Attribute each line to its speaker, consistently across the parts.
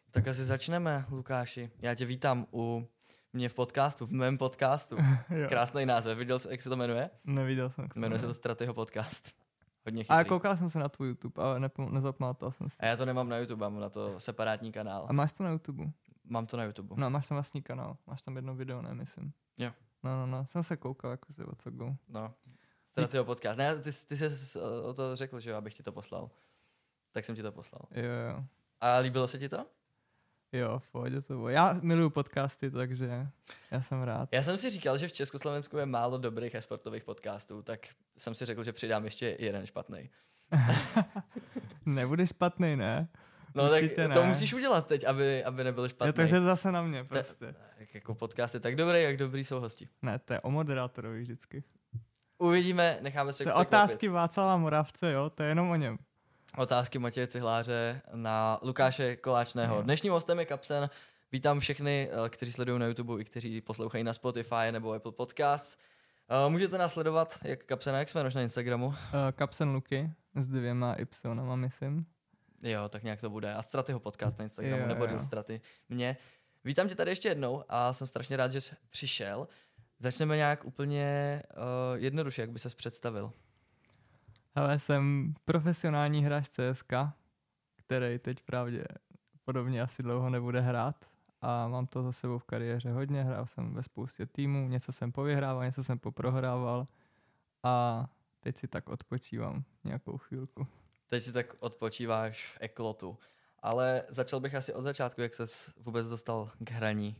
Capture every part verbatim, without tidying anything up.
Speaker 1: Tak asi začneme, Lukáši. Já tě vítám u mě v podcastu, v mém podcastu. Krásný název. Viděl jsi, jak se to jmenuje?
Speaker 2: Neviděl jsem.
Speaker 1: Jmenuje se to Stratyho podcast. Hodně chytrý.
Speaker 2: A koukal jsem se na tvůj YouTube, ale nepom- nezapamatal jsem si.
Speaker 1: A já to nemám na YouTube, mám na to separátní kanál.
Speaker 2: A máš to na YouTube?
Speaker 1: Mám to na YouTube.
Speaker 2: No, máš tam vlastní kanál. Máš tam jedno video, ne, myslím.
Speaker 1: Jo.
Speaker 2: No, no, no. Jsem se koukal, jako si o co go.
Speaker 1: No. Stratyho podcast. Ne, ty, ty jsi o to řekl, že jo, abych ti to poslal. Tak jsem ti to poslal.
Speaker 2: Jo, jo.
Speaker 1: A líbilo se ti to?
Speaker 2: Jo, v pohodě to bylo. Já miluju podcasty, takže já jsem rád.
Speaker 1: Já jsem si říkal, že v Československu je málo dobrých a sportových podcastů, tak jsem si řekl, že přidám ještě jeden špatný.
Speaker 2: Nebude špatný, ne?
Speaker 1: No
Speaker 2: Určitě
Speaker 1: tak
Speaker 2: ne.
Speaker 1: to musíš udělat teď, aby, aby nebyl špatný.
Speaker 2: Jo, takže zase na mě prostě.
Speaker 1: Ta, jako podcast je tak dobrý, jak dobrý jsou hosti.
Speaker 2: Ne, to je o moderátorovi vždycky.
Speaker 1: Uvidíme, necháme se
Speaker 2: To je
Speaker 1: překvapit.
Speaker 2: otázky Václava Moravce, jo, to je jenom o něm.
Speaker 1: Otázky Matěje Cihláře na Lukáše Koláčného.
Speaker 2: Jo.
Speaker 1: Dnešním hostem je Kapsen. Vítám všechny, kteří sledují na YouTube i kteří poslouchají na Spotify nebo Apple Podcasts. Můžete nás sledovat jak Kapsena, jak jsme na Instagramu.
Speaker 2: Uh, Kapsen Luky s dvěma Y, myslím.
Speaker 1: Jo, tak nějak to bude. A Stratyho podcast na Instagramu,
Speaker 2: Jo,
Speaker 1: nebo
Speaker 2: jo.
Speaker 1: Straty mě. Vítám tě tady ještě jednou a jsem strašně rád, že jsi přišel. Začneme nějak úplně uh, jednoduše, jak by ses představil.
Speaker 2: Hele, jsem profesionální hráč C S K, který teď právě podobně asi dlouho nebude hrát a mám to za sebou v kariéře hodně, hrál jsem ve spoustě týmů, něco jsem povyhrával, něco jsem poprohrával a teď si tak odpočívám nějakou chvílku.
Speaker 1: Teď si tak odpočíváš v eklotu. Ale začal bych asi od začátku, jak ses vůbec dostal k hraní.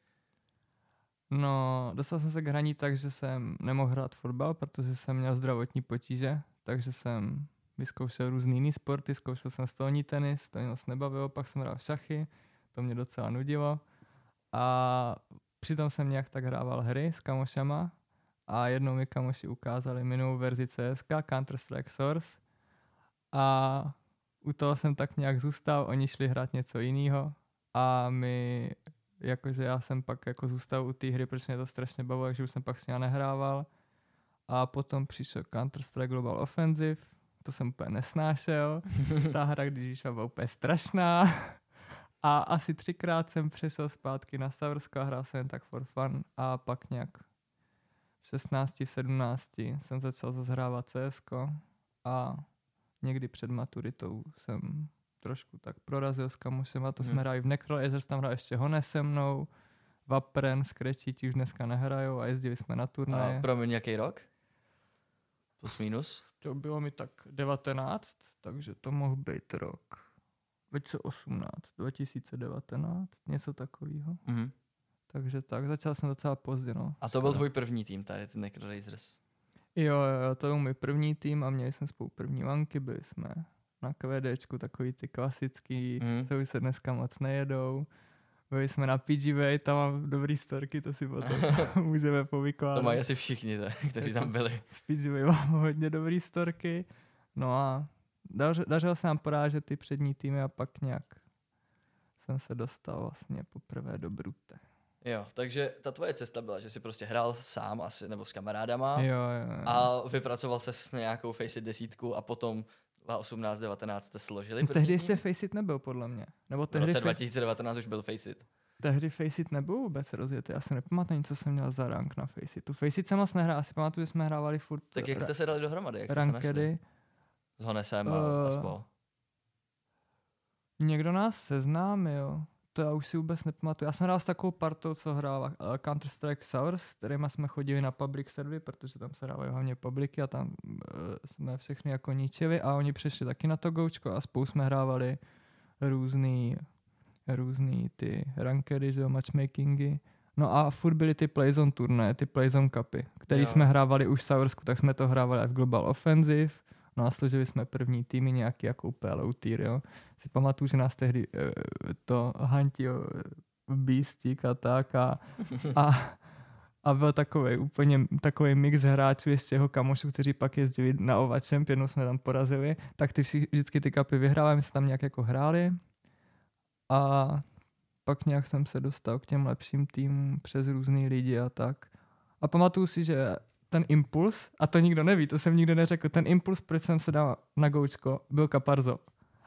Speaker 2: No, dostal jsem se k hraní tak, že jsem nemohl hrát fotbal, protože jsem měl zdravotní potíže, takže jsem vyzkoušel různý jiný sporty, zkoušel jsem stolní tenis, to mě moc nebavilo, pak jsem hrál šachy, to mě docela nudilo a přitom jsem nějak tak hrával hry s kamošama a jednou mi kamoši ukázali minulou verzi C S K, Counter-Strike Source a u toho jsem tak nějak zůstal, oni šli hrát něco jiného a my, jakože já jsem pak jako zůstal u té hry, protože mě to strašně bavilo, takže už jsem pak s ní nehrával a potom přišel Counter-Strike Global Offensive, to jsem úplně nesnášel, ta hra, když vyšla, byla úplně strašná a asi třikrát jsem přešel zpátky na Savrsko a hrál jsem jen tak for fun a pak nějak v šestnácti, v sedmnácti jsem začal zase hrávat C S ko a někdy před maturitou jsem trošku tak prorazil s kamošem a to hmm. jsme hráli v Necroazers, tam hrál ještě Hone se mnou, Vapren, Scratchy, ti už dneska nehrajou a jezdili jsme na turnaje.
Speaker 1: A promiň, jaký rok? Plus minus?
Speaker 2: To bylo mi tak devatenáct, takže to mohl být rok dva tisíce osmnáct, dva tisíce devatenáct, něco takového.
Speaker 1: Mhm.
Speaker 2: Takže tak, začal jsem docela pozdě, no.
Speaker 1: A to byl tvůj první tým tady, ty Necrorazers.
Speaker 2: Jo, jo, to byl můj první tým a měli jsme spolu první lanky, byli jsme na KVDčku, takový ty klasický,
Speaker 1: Mhm.
Speaker 2: co už se dneska moc nejedou. Byli jsme na P G V, tam mám dobrý storky, to si potom můžeme povykládat.
Speaker 1: To mají asi všichni, tak, kteří tam byli.
Speaker 2: Z P G V mám hodně dobrý storky. No a dař, dařilo se nám porážet ty přední týmy a pak nějak jsem se dostal vlastně poprvé do Brute.
Speaker 1: Jo, takže ta tvoje cesta byla, že jsi prostě hrál sám asi, nebo s kamarádama
Speaker 2: Jo, jo, jo.
Speaker 1: a vypracoval se s nějakou Faceit desítku a potom osmnáct devatenáct jste složili.
Speaker 2: No,
Speaker 1: první
Speaker 2: tehdy
Speaker 1: tým?
Speaker 2: ještě Faceit nebyl, podle mě. Nebo
Speaker 1: V
Speaker 2: tehdy,
Speaker 1: roce
Speaker 2: fa-
Speaker 1: dva tisíce devatenáct už byl Faceit.
Speaker 2: tehdy Faceit nebyl vůbec rozjetý. Já si nepamatuji, co jsem měl za rank na Faceitu. Faceit jsem moc nehrál, asi pamatuju, že jsme hrávali furt
Speaker 1: Tak jak
Speaker 2: ra-
Speaker 1: jste se dali dohromady? Jak jste se našli?
Speaker 2: rankedy.
Speaker 1: S Honesem a,
Speaker 2: Uh,
Speaker 1: a spol.
Speaker 2: Někdo nás seznámil, to já už si vůbec nepamatuju. Já jsem hrál s takovou partou, co hrála uh, Counter-Strike Source, s kterýma jsme chodili na public servery, protože tam se hrávají hlavně publicy a tam uh, jsme všechny jako ničili a oni přišli taky na to goučko a spolu jsme hrávali různý, různý ty rankedy, že jo, matchmakingy. No a furt byly ty Playzone turnaje, ty Playzone cupy, který
Speaker 1: Jo.
Speaker 2: jsme hrávali už v Saursku, tak jsme to hrávali i v Global Offensive. No a složili jsme první týmy nějaký jako úplně low tier, jo. Si pamatuju, že nás tehdy uh, to hantil Beastík a tak a, a, a byl takovej úplně takový mix hráčů ještě jeho kamošů, kteří pak jezdili na Ova Championu, jsme tam porazili, tak ty vši, vždycky ty kapy vyhrávali, my jsme tam nějak jako hráli a pak nějak jsem se dostal k těm lepším týmům přes různý lidi a tak. A pamatuju si, že ten impuls, a to nikdo neví, to jsem nikdo neřekl, ten impuls, proč jsem se dal na goučko, byl Kaparzo.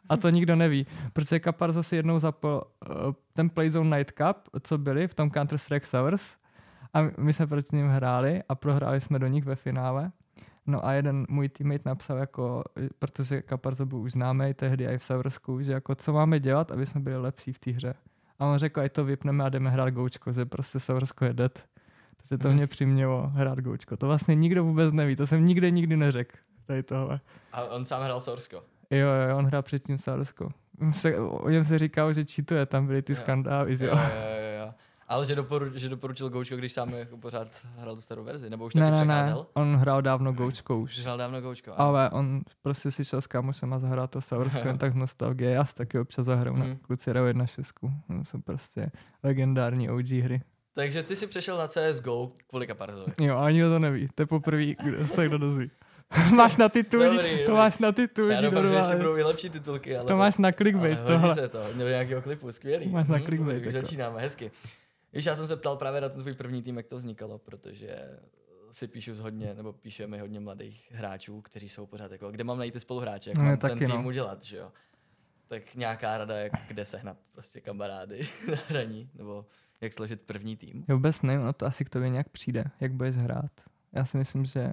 Speaker 2: A to nikdo neví, protože Caparzo si jednou zapl uh, ten Playzone Night Cup, co byli v tom Counter-Strike Sours, a my jsme proti ním hráli a prohráli jsme do nich ve finále. No a jeden můj teammate napsal, jako, protože Caparzo byl už známý tehdy i v Soursku, že jako co máme dělat, aby jsme byli lepší v té hře. A on řekl, ať to vypneme a jdeme hrát goučko, že prostě Soursko je dead. Takže to mě přimělo hrát goučko. To vlastně nikdo vůbec neví, to jsem nikde nikdy neřekl. Tady tohle.
Speaker 1: A on sám hrál Soursko?
Speaker 2: Jo, jo, on hrál předtím Soursko. O něm se říkalo, že cheatuje, tam byly ty jo. skandály, jo.
Speaker 1: Jo, jo, jo. Ale že, doporu, že doporučil goučko, když sám jako pořád hrál tu starou verzi, nebo už taky
Speaker 2: ne, ne,
Speaker 1: přecházel?
Speaker 2: Ne, on hrál dávno goučko už.
Speaker 1: Hrál dávno goučko.
Speaker 2: Ale on prostě si šel s kámošem a zahrál to Soursko jen tak z nostalgie. Já si taky občas zahraju mm. na kluci hrajou jedna šest. No, jsou prostě legendární O G hry.
Speaker 1: Takže ty si přešel na C S G O kvůli Caparzovi.
Speaker 2: Jo, a nikdo to neví. To je poprvé, kdo se tak dozví. Máš na titulí, dobrý, to dobrý. Máš na titulí.
Speaker 1: Já doufám, že ještě budou i lepší titulky. Ale
Speaker 2: to, to máš na clickbait.
Speaker 1: Ale hodí se to, měl nějakého klipu, skvělý.
Speaker 2: Máš na clickbait.
Speaker 1: Hmm, začínáme, hezky. Víš, já jsem se ptal právě na ten tvůj první tým, jak to vznikalo, protože si píšu z hodně, nebo píšeme hodně mladých hráčů, kteří jsou pořád jako, kde mám najít ty spoluhráče, jak
Speaker 2: no,
Speaker 1: mám
Speaker 2: taky,
Speaker 1: ten tým
Speaker 2: no.
Speaker 1: udělat, že jo. Tak nějaká rada, jak kde sehnat prostě kamarády na hraní, nebo jak složit první tým.
Speaker 2: Já vůbec nevím, no to asi k tobě nějak přijde, jak budeš hrát. Já si myslím, že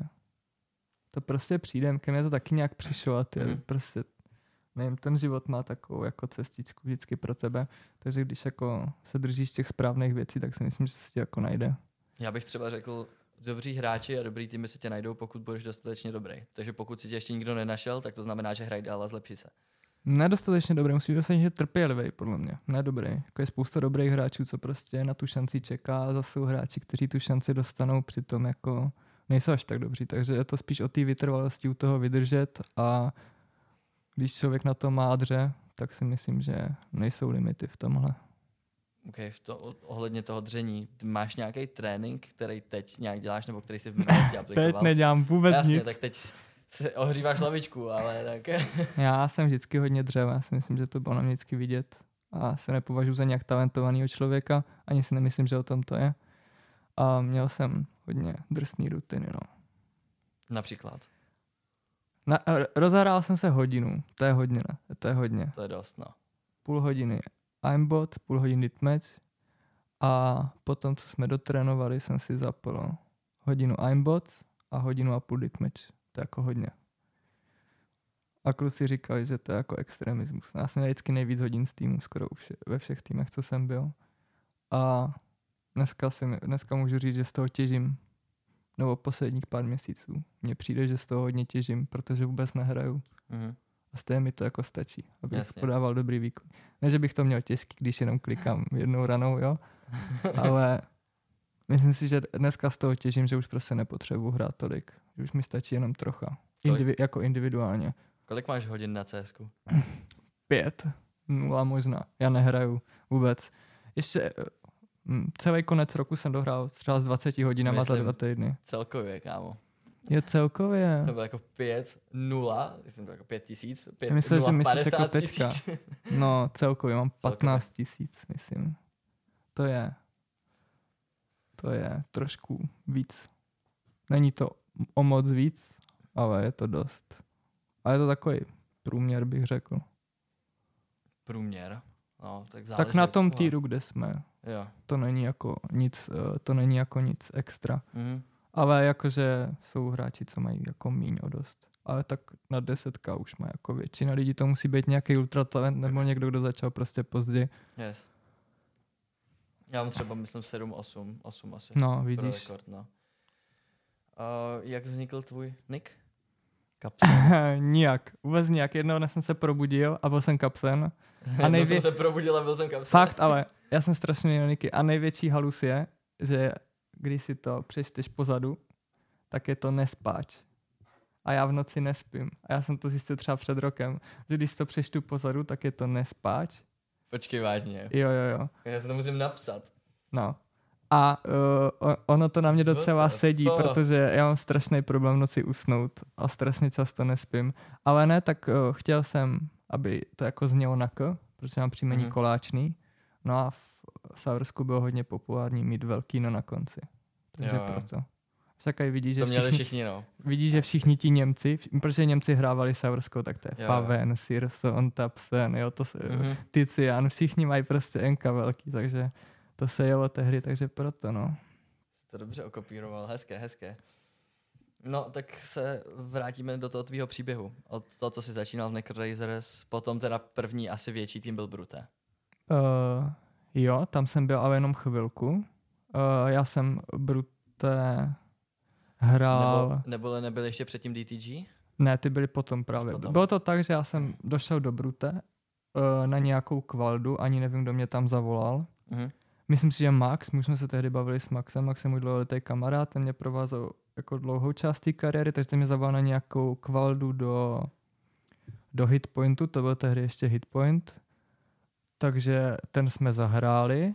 Speaker 2: to prostě přijde, ke mně to taky nějak přišlo a ty mm. prostě, nevím, ten život má takovou jako cestičku vždycky pro tebe, takže když jako se držíš těch správných věcí, tak si myslím, že se ti jako najde.
Speaker 1: Já bych třeba řekl, dobří hráči a dobrý týmy si tě najdou, pokud budeš dostatečně dobrý. Takže pokud si tě ještě nikdo nenašel, tak to znamená, že hraj dál a zlepší se.
Speaker 2: Nedostatečně dobrý, musí být dostatečně trpělivý, podle mě. Ne dobrý. Jako je spousta dobrých hráčů, co prostě na tu šanci čeká, a zase jsou hráči, kteří tu šanci dostanou, přitom jako nejsou až tak dobří. Takže je to spíš o té vytrvalosti u toho vydržet a když člověk na to má dře, tak si myslím, že nejsou limity v tomhle.
Speaker 1: OK, v to, ohledně toho dření, máš nějaký trénink, který teď nějak děláš, nebo který jsi v minulosti aplikoval?
Speaker 2: Teď nedělám vůbec
Speaker 1: Jasně,
Speaker 2: nic.
Speaker 1: tak teď se ohříváš lavičku, ale tak...
Speaker 2: Já jsem vždycky hodně dřeva, já si myslím, že to bylo na mě vždycky vidět a se nepovažuji za nějak talentovaného člověka, ani si nemyslím, že o tom to je. A měl jsem hodně drsný rutiny, no.
Speaker 1: Například?
Speaker 2: Na, rozahrál jsem se hodinu, to je hodně, ne? To je hodně.
Speaker 1: To je dost, no.
Speaker 2: Půl hodiny aimbot, půl hodiny deathmatch a potom, co jsme dotrénovali, jsem si zapl hodinu aimbot a hodinu a půl deathmatch. To je jako hodně. A kluci říkali, že to je jako extremismus. Já jsem měl vždycky nejvíc hodin z týmu, skoro vše, ve všech týmech, co jsem byl. A dneska, si, dneska můžu říct, že z toho těžím. Nebo posledních pár měsíců. Mně přijde, že z toho hodně těžím, protože vůbec nehraju. Mm-hmm. A stejně mi to jako stačí, abych Jasně. podával dobrý výkon. Ne, že bych to měl těžký, když jenom klikám jednou ranou, jo. Ale myslím si, že dneska z toho těžím, že už prostě nepotřebuji hrát tolik. Že už mi stačí jenom trocha. Indivi- jako individuálně.
Speaker 1: Kolik máš hodin na C S ku?
Speaker 2: Pět. Nula možná. Já nehraju vůbec. Ještě m, celý konec roku jsem dohrál třeba s dvaceti hodinama Myslím, za dva týdny.
Speaker 1: Celkově, kámo.
Speaker 2: Jo, celkově.
Speaker 1: To bylo jako pět, nula, myslím, jako pět tisíc, pět,
Speaker 2: myslím,
Speaker 1: nula,
Speaker 2: že myslíš
Speaker 1: padesát
Speaker 2: jako teďka.
Speaker 1: Tisíc.
Speaker 2: No, celkově mám patnáct tisíc, myslím. To je, to je trošku víc. Není to o moc víc, ale je to dost. A je to takový průměr, bych řekl.
Speaker 1: Průměr? No, tak záleží.
Speaker 2: Tak na tom týru, kde jsme.
Speaker 1: Jo. To
Speaker 2: není jako nic, to není jako nic extra.
Speaker 1: Mhm.
Speaker 2: Ale jakože jsou hráči, co mají jako míň o dost. Ale tak na desetka už má jako většina lidí. To musí být nějaký ultratalent nebo někdo, kdo začal prostě pozdě.
Speaker 1: Yes. Já mám třeba, myslím, sedm, osm, osm asi.
Speaker 2: No, vidíš.
Speaker 1: Rekord, no. Uh, jak vznikl tvůj nick? Kapsen.
Speaker 2: Nijak. Vůbec nijak. Jednou dnes jsem se probudil a byl jsem Kapsen.
Speaker 1: A nejvě... jsem se probudil a byl jsem Kapsen.
Speaker 2: Fakt, ale já jsem strašně měl nicky. A největší halus je, že když si to přečteš pozadu, tak je to nespáč. A já v noci nespím. A já jsem to zjistil třeba před rokem, že když si to přečtu pozadu, tak je to nespáč.
Speaker 1: Počkej, vážně.
Speaker 2: Jo, jo, jo.
Speaker 1: Já se to musím napsat.
Speaker 2: No. A uh, ono to na mě docela sedí, protože já mám strašný problém v noci usnout a strašně často nespím. Ale ne, tak uh, chtěl jsem, aby to jako znělo na K, protože mám příjmení mm-hmm. Koláčný. No a v Saursku bylo hodně populární mít velký no na konci. Takže
Speaker 1: jo.
Speaker 2: proto. Však aj vidíš, že
Speaker 1: to měli
Speaker 2: všichni,
Speaker 1: všichni, no.
Speaker 2: vidíš, že všichni ti Němci, protože Němci hrávali Saurskou, tak to je
Speaker 1: Jo.
Speaker 2: Faven, Sirson, Tapsen, jo, to se,
Speaker 1: Mhm.
Speaker 2: Tizian, všichni mají prostě enka velký, takže to se jelo tehdy, takže proto, no.
Speaker 1: To dobře okopíroval, hezké, hezké. No, tak se vrátíme do toho tvýho příběhu. Od toho, co jsi začínal v Necrozers, potom teda první asi větší tým byl Brute.
Speaker 2: Uh, jo, tam jsem byl ale jenom chvilku. Uh, já jsem Brute hrál...
Speaker 1: Nebo, nebo nebyl ještě předtím D T G?
Speaker 2: Ne, ty byly potom právě.
Speaker 1: Potom.
Speaker 2: Bylo to tak, že já jsem došel do Brute uh, na nějakou kvaldu, ani nevím, kdo mě tam zavolal.
Speaker 1: Mhm.
Speaker 2: Myslím si, že Max, my jsme se tehdy bavili s Maxem, Max je můj dlouholetý kamarád, ten mě provázel jako dlouhou část té kariéry, takže ten mě zavolal na nějakou kvaldu do, do Hitpointu, to byl tehdy ještě Hitpoint, takže ten jsme zahráli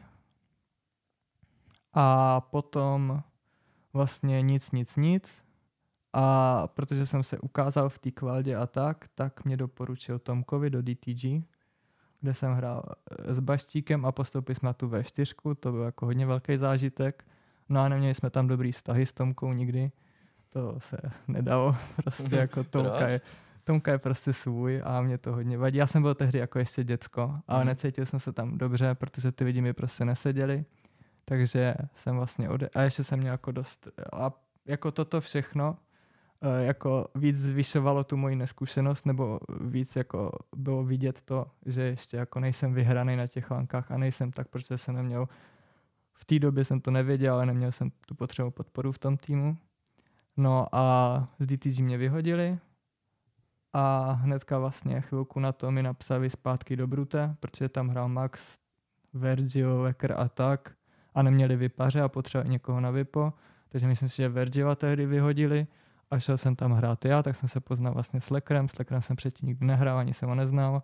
Speaker 2: a potom vlastně nic, nic, nic a protože jsem se ukázal v té kvaldě a tak, tak mě doporučil Tomkovi do D T G, kde jsem hrál s Baštíkem a postoupili jsme na tu V čtyři, to byl jako hodně velký zážitek. No a neměli jsme tam dobrý vztahy s Tomkou nikdy, to se nedalo, prostě jako Tomka je, Tomka je prostě svůj a mě to hodně vadí. Já jsem byl tehdy jako ještě děcko, ale mm. necítil jsem se tam dobře, protože ty lidi mi prostě neseděli, takže jsem vlastně ode... A ještě jsem měl jako dost... A jako toto všechno jako víc zvyšovalo tu moji neskušenost, nebo víc jako bylo vidět to, že ještě jako nejsem vyhraný na těch lankách a nejsem tak, protože jsem neměl, v té době jsem to nevěděl, ale neměl jsem tu potřebu podporu v tom týmu. No a z D T G mě vyhodili a hnedka vlastně chvilku na to mi napsali zpátky do Brute, protože tam hrál Max, Vergil, Wecker a tak a neměli vypaře a potřebovali někoho na vypo, takže myslím si, že Vergila tehdy vyhodili. A šel jsem tam hrát já, tak jsem se poznal vlastně s Lekrem. S Lekrem jsem předtím nikdy nehrál, ani jsem ho neznal.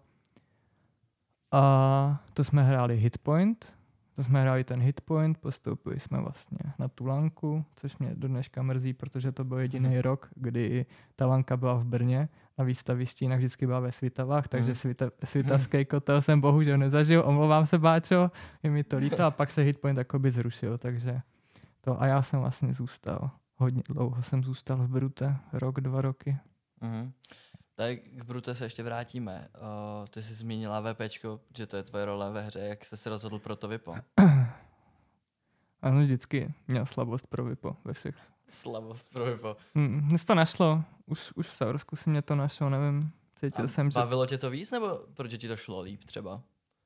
Speaker 2: A to jsme hráli Hitpoint. To jsme hráli ten Hitpoint, postoupili jsme vlastně na tu lanku, což mě do dneška mrzí, protože to byl jediný rok, kdy ta lanka byla v Brně na výstavišti, jinak vždycky byla ve Svitavách, takže svita, svitavský kotel jsem bohužel nezažil. Omlouvám se, Báčo, je mi to líto a pak se Hitpoint jakoby zrušil, takže to a já jsem vlastně zůstal. Hodně dlouho jsem zůstal v Brute, rok, dva roky.
Speaker 1: Mm-hmm. Tak k Brute se ještě vrátíme. Uh, ty jsi zmínila VPčko, že to je tvoje role ve hře. Jak jsi se rozhodl pro to Vipo?
Speaker 2: Ano, vždycky měl slabost pro Vipo ve všech.
Speaker 1: Slabost pro Vipo.
Speaker 2: Mm, mě to našlo. Už, už v Saursku si mě to našlo, nevím. Cítil
Speaker 1: A
Speaker 2: jsem,
Speaker 1: bavilo
Speaker 2: že...
Speaker 1: tě to víc, nebo protože ti to šlo líp třeba?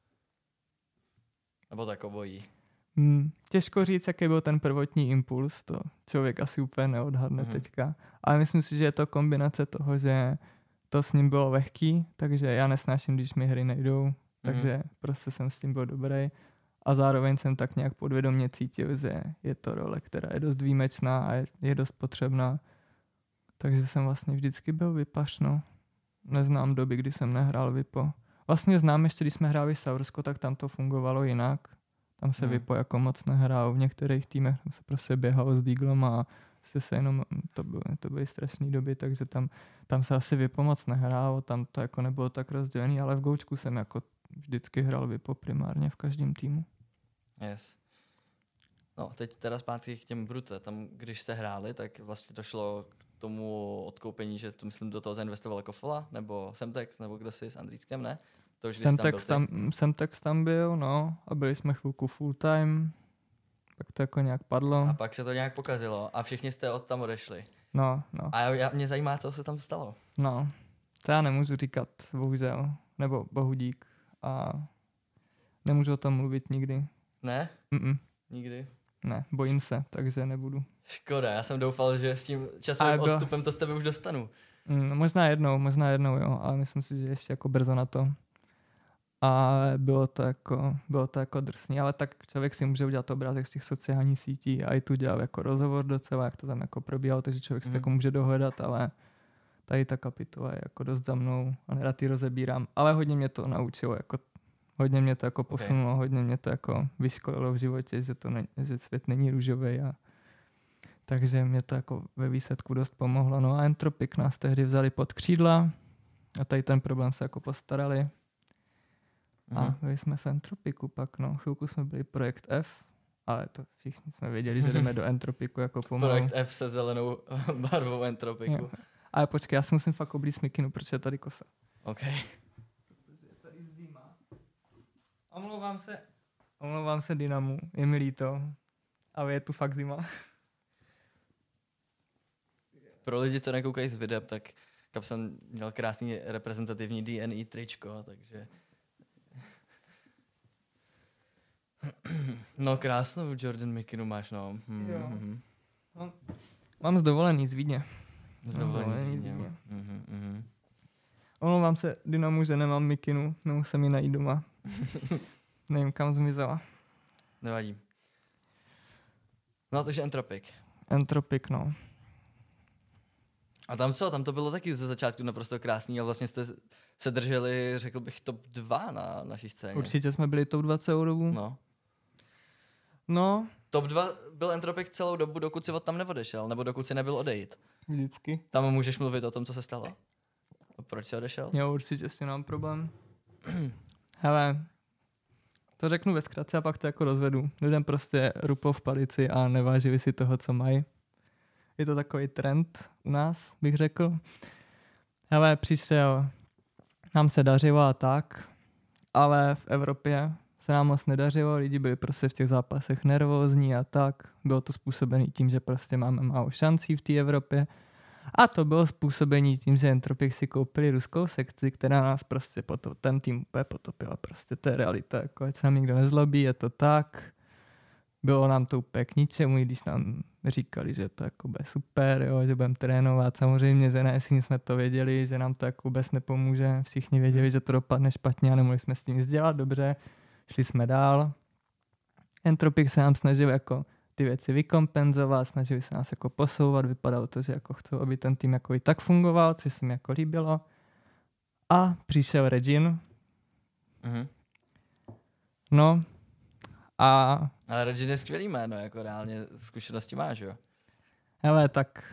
Speaker 1: Nebo tak obojí?
Speaker 2: Hmm, těžko říct, jaký byl ten prvotní impuls, to člověk asi úplně neodhadne mm-hmm. teďka. Ale myslím si, že je to kombinace toho, že to s ním bylo lehký, takže já nesnáším, když mi hry nejdou, mm-hmm. takže prostě jsem s tím byl dobrý. A zároveň jsem tak nějak podvědomě cítil, že je to role, která je dost výjimečná a je, je dost potřebná. Takže jsem vlastně vždycky byl vypaš, no. Neznám doby, kdy jsem nehrál Vipo. Vlastně znám ještě, když jsme hráli Saursko, tak tam to fungovalo jinak. Tam se hmm. Vipo jako moc nehrál. V některých týmech tam se prostě běhalo s Deaglem a se, se jenom, to byly, to byly strašné doby, takže tam, tam se asi Vipo moc nehrálo, tam to jako nebylo tak rozdělený, ale v Goučku jsem jako vždycky hrál Vipo primárně v každém týmu.
Speaker 1: Yes. No, teď teda zpátky k těm Brute. Tam, když jste hráli, tak vlastně došlo k tomu odkoupení, že to myslím do toho zainvestoval Kofola, nebo Semtex, nebo kdo si s Andříčkem, ne? To už
Speaker 2: Semtex tam, Semtex tam byl, no, a byli jsme chvilku full time, pak to jako nějak padlo.
Speaker 1: A pak se to nějak pokazilo a všichni jste od tam odešli.
Speaker 2: No, no.
Speaker 1: A já, mě zajímá, co se tam stalo.
Speaker 2: No, to já nemůžu říkat, bohužel, nebo bohudík a nemůžu o tom mluvit nikdy.
Speaker 1: Ne?
Speaker 2: Mm-mm.
Speaker 1: Nikdy?
Speaker 2: Ne, bojím se, takže nebudu.
Speaker 1: Škoda, já jsem doufal, že s tím časovým byl... odstupem to z tebe už dostanu.
Speaker 2: Mm, možná jednou, možná jednou, jo, ale myslím si, že ještě jako brzo na to. A bylo to jako, bylo to jako drsný, ale tak člověk si může udělat obrázek z těch sociálních sítí a i tu dělal jako rozhovor docela, jak to tam jako probíhalo, takže člověk si mm. jako může dohledat, ale tady ta kapitola je jako dost za mnou a nerad ji rozebírám, ale hodně mě to naučilo, jako hodně mě to jako posunulo, okay. hodně mě to jako vyškolilo v životě, že, to ne, že svět není růžový a takže mě to jako ve výsledku dost pomohlo. No a Entropic nás tehdy vzali pod křídla a tady ten problém se jako postarali. A byli jsme v Entropiku pak, no. Chvilku jsme byli Projekt F ale to všichni jsme věděli, že jdeme do Entropiku jako pomalu.
Speaker 1: Projekt F se zelenou barvou Entropiku. Jo.
Speaker 2: Ale počkej, já si musím fakt oblíct mikinu, protože je tady kosa.
Speaker 1: OK.
Speaker 2: Protože je tady zima. Omlouvám se, omlouvám se Dynamu, je mi líto, ale je tu fakt zima.
Speaker 1: Pro lidi, co nekoukají z videa, tak Kapsan měl krásný reprezentativní D N I tričko, takže... No krásnou Jordan Mikinu máš, no. Hmm,
Speaker 2: Jo.
Speaker 1: hmm.
Speaker 2: Mám, mám z dovolený z Vídně.
Speaker 1: Z dovolení z Vídně. Mhm, mhm.
Speaker 2: Omlouvám se Dynamu, že nemám mikinu, nemusím ji najít doma. Nevím, kam zmizela.
Speaker 1: Nevadí. No, takže Entropik.
Speaker 2: Entropik, no.
Speaker 1: A tam co? Tam to bylo taky ze začátku naprosto krásný a vlastně jste se drželi, řekl bych, top dva na naší scéně.
Speaker 2: Určitě jsme byli top dva celou dobu.
Speaker 1: No.
Speaker 2: No.
Speaker 1: Top dva byl Entropik celou dobu, dokud si od tam neodešel, nebo dokud si nebyl odejít.
Speaker 2: Vždycky.
Speaker 1: Tam můžeš mluvit o tom, co se stalo? A proč jsi odešel?
Speaker 2: Jo, určitě s tím mám problém. Hele, to řeknu ve zkratce a pak to jako rozvedu. Lidem prostě rupou v palici a nevážili si toho, co mají. Je to takový trend u nás, bych řekl. Hele, přišel, nám se dařilo a tak, ale v Evropě se nám moc nedařilo, lidi byli prostě v těch zápasech nervózní a tak. Bylo to způsobené tím, že prostě máme málo šancí v té Evropě. A to bylo způsobené tím, že Entropik si koupili ruskou sekci, která nás prostě potop, ten tým úplně potopila. Prostě to je realita, jako ať se nám nikdo nezlobí, je to tak. Bylo nám to úplně k ničemu, i když nám říkali, že to jako bude super, jo, že budeme trénovat. Samozřejmě, že ne, všichni jsme to věděli, že nám to jako vůbec nepomůže. Všichni věděli, že to dopadne špatně a nemohli jsme s tím nic dělat dobře. Šli jsme dál. Entropik se nám snažil jako ty věci vykompenzovat, snažili se nás jako posouvat, vypadalo to, že jako chcou, aby ten tým jako i tak fungoval, což se mi jako líbilo. A přišel Regin.
Speaker 1: Mhm.
Speaker 2: No a...
Speaker 1: Ale Regin je skvělý jméno, jako reálně zkušenosti máš, jo?
Speaker 2: Hele, tak...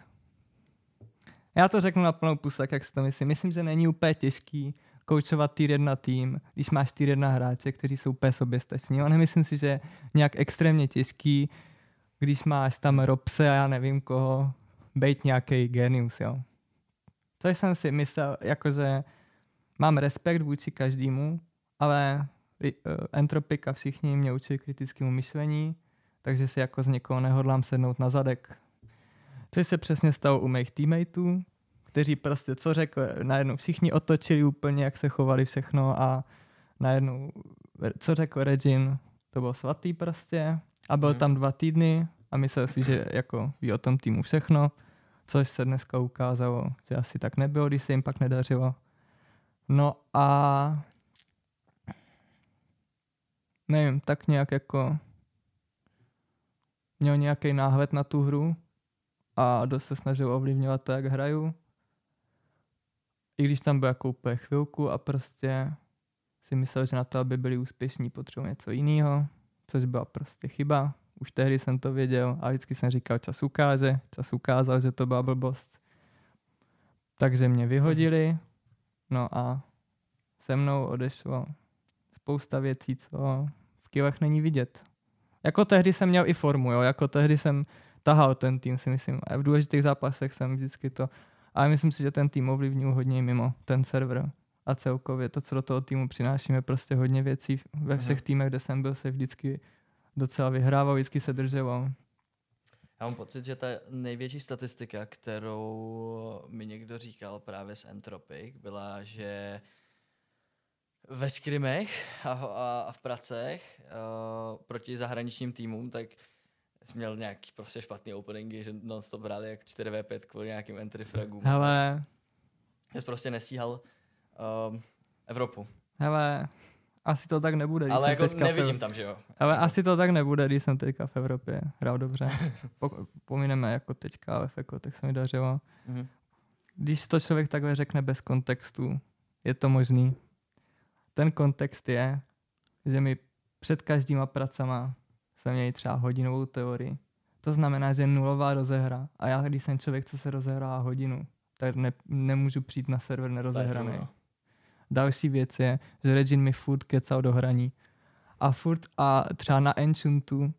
Speaker 2: Já to řeknu na plnou pusu, tak jak si to myslím. Myslím, že není úplně těžký koučovat tier jedna tým, když máš tier jedna hráče, kteří jsou úplně soběstační. Ale nemyslím si, že nějak extrémně těžký, když máš tam Robse a já nevím koho, bejt nějaký genius, jo. To jsem si myslel, jakože mám respekt vůči každému, ale uh, Entropik a všichni mě učili kritickému myšlení, takže si jako z někoho nehodlám sednout na zadek. Což se přesně stalo u mých teammateů, kteří prostě, co řekl, najednou všichni otočili úplně, jak se chovali všechno a najednou, co řekl Regin, to bylo svatý prostě a byl hmm. tam dva týdny a myslel si, že jako ví o tom týmu všechno, což se dneska ukázalo, že asi tak nebylo, když se jim pak nedařilo. No a nevím, tak nějak jako měl nějaký náhled na tu hru a dost se snažil ovlivňovat to, jak hraju. I když tam byl jako úplně chvilku a prostě si myslel, že na to, aby byli úspěšní, potřebují něco jiného, což byla prostě chyba. Už tehdy jsem to věděl a vždycky jsem říkal, čas ukáže, čas ukázal, že to byla blbost. Takže mě vyhodili, no a se mnou odešlo spousta věcí, co v kilech není vidět. Jako tehdy jsem měl i formu, jo, jako tehdy jsem tahal ten tým, si myslím. A v důležitých zápasech jsem vždycky to... Ale myslím si, že ten tým ovlivňuje hodně mimo ten server. A celkově to, co do toho týmu přinášíme, prostě hodně věcí. Ve všech týmech, kde jsem byl, se vždycky docela vyhrával, vždycky se drželo.
Speaker 1: Já mám pocit, že ta největší statistika, kterou mi někdo říkal právě z Entropik, byla, že ve skrimech a, a, a v pracech uh, proti zahraničním týmům, tak jsi měl nějaký prostě špatný openingy, že non-stop hráli jak čtyři vé pět kvůli nějakým entry fragům.
Speaker 2: Hele.
Speaker 1: Jsi prostě nestíhal um, Evropu.
Speaker 2: Hele, asi to tak nebude. Když
Speaker 1: Ale
Speaker 2: jsem
Speaker 1: jako
Speaker 2: teďka
Speaker 1: nevidím
Speaker 2: v...
Speaker 1: tam, že jo.
Speaker 2: Ale jako... asi to tak nebude, když jsem teďka v Evropě hrál dobře. Po, pomineme jako teďka, ale v Eko, tak se mi dařilo. Mm-hmm. Když to člověk takhle řekne bez kontextu, je to možný. Ten kontext je, že mi před každýma pracama jsme měli třeba hodinovou teorii. To znamená, že je nulová rozehra. A já, když jsem člověk, co se rozehrá hodinu, tak ne, nemůžu přijít na server nerozehraný. Další věc je, že Regin mi furt kecal do hraní. A furt a třeba na Enchantu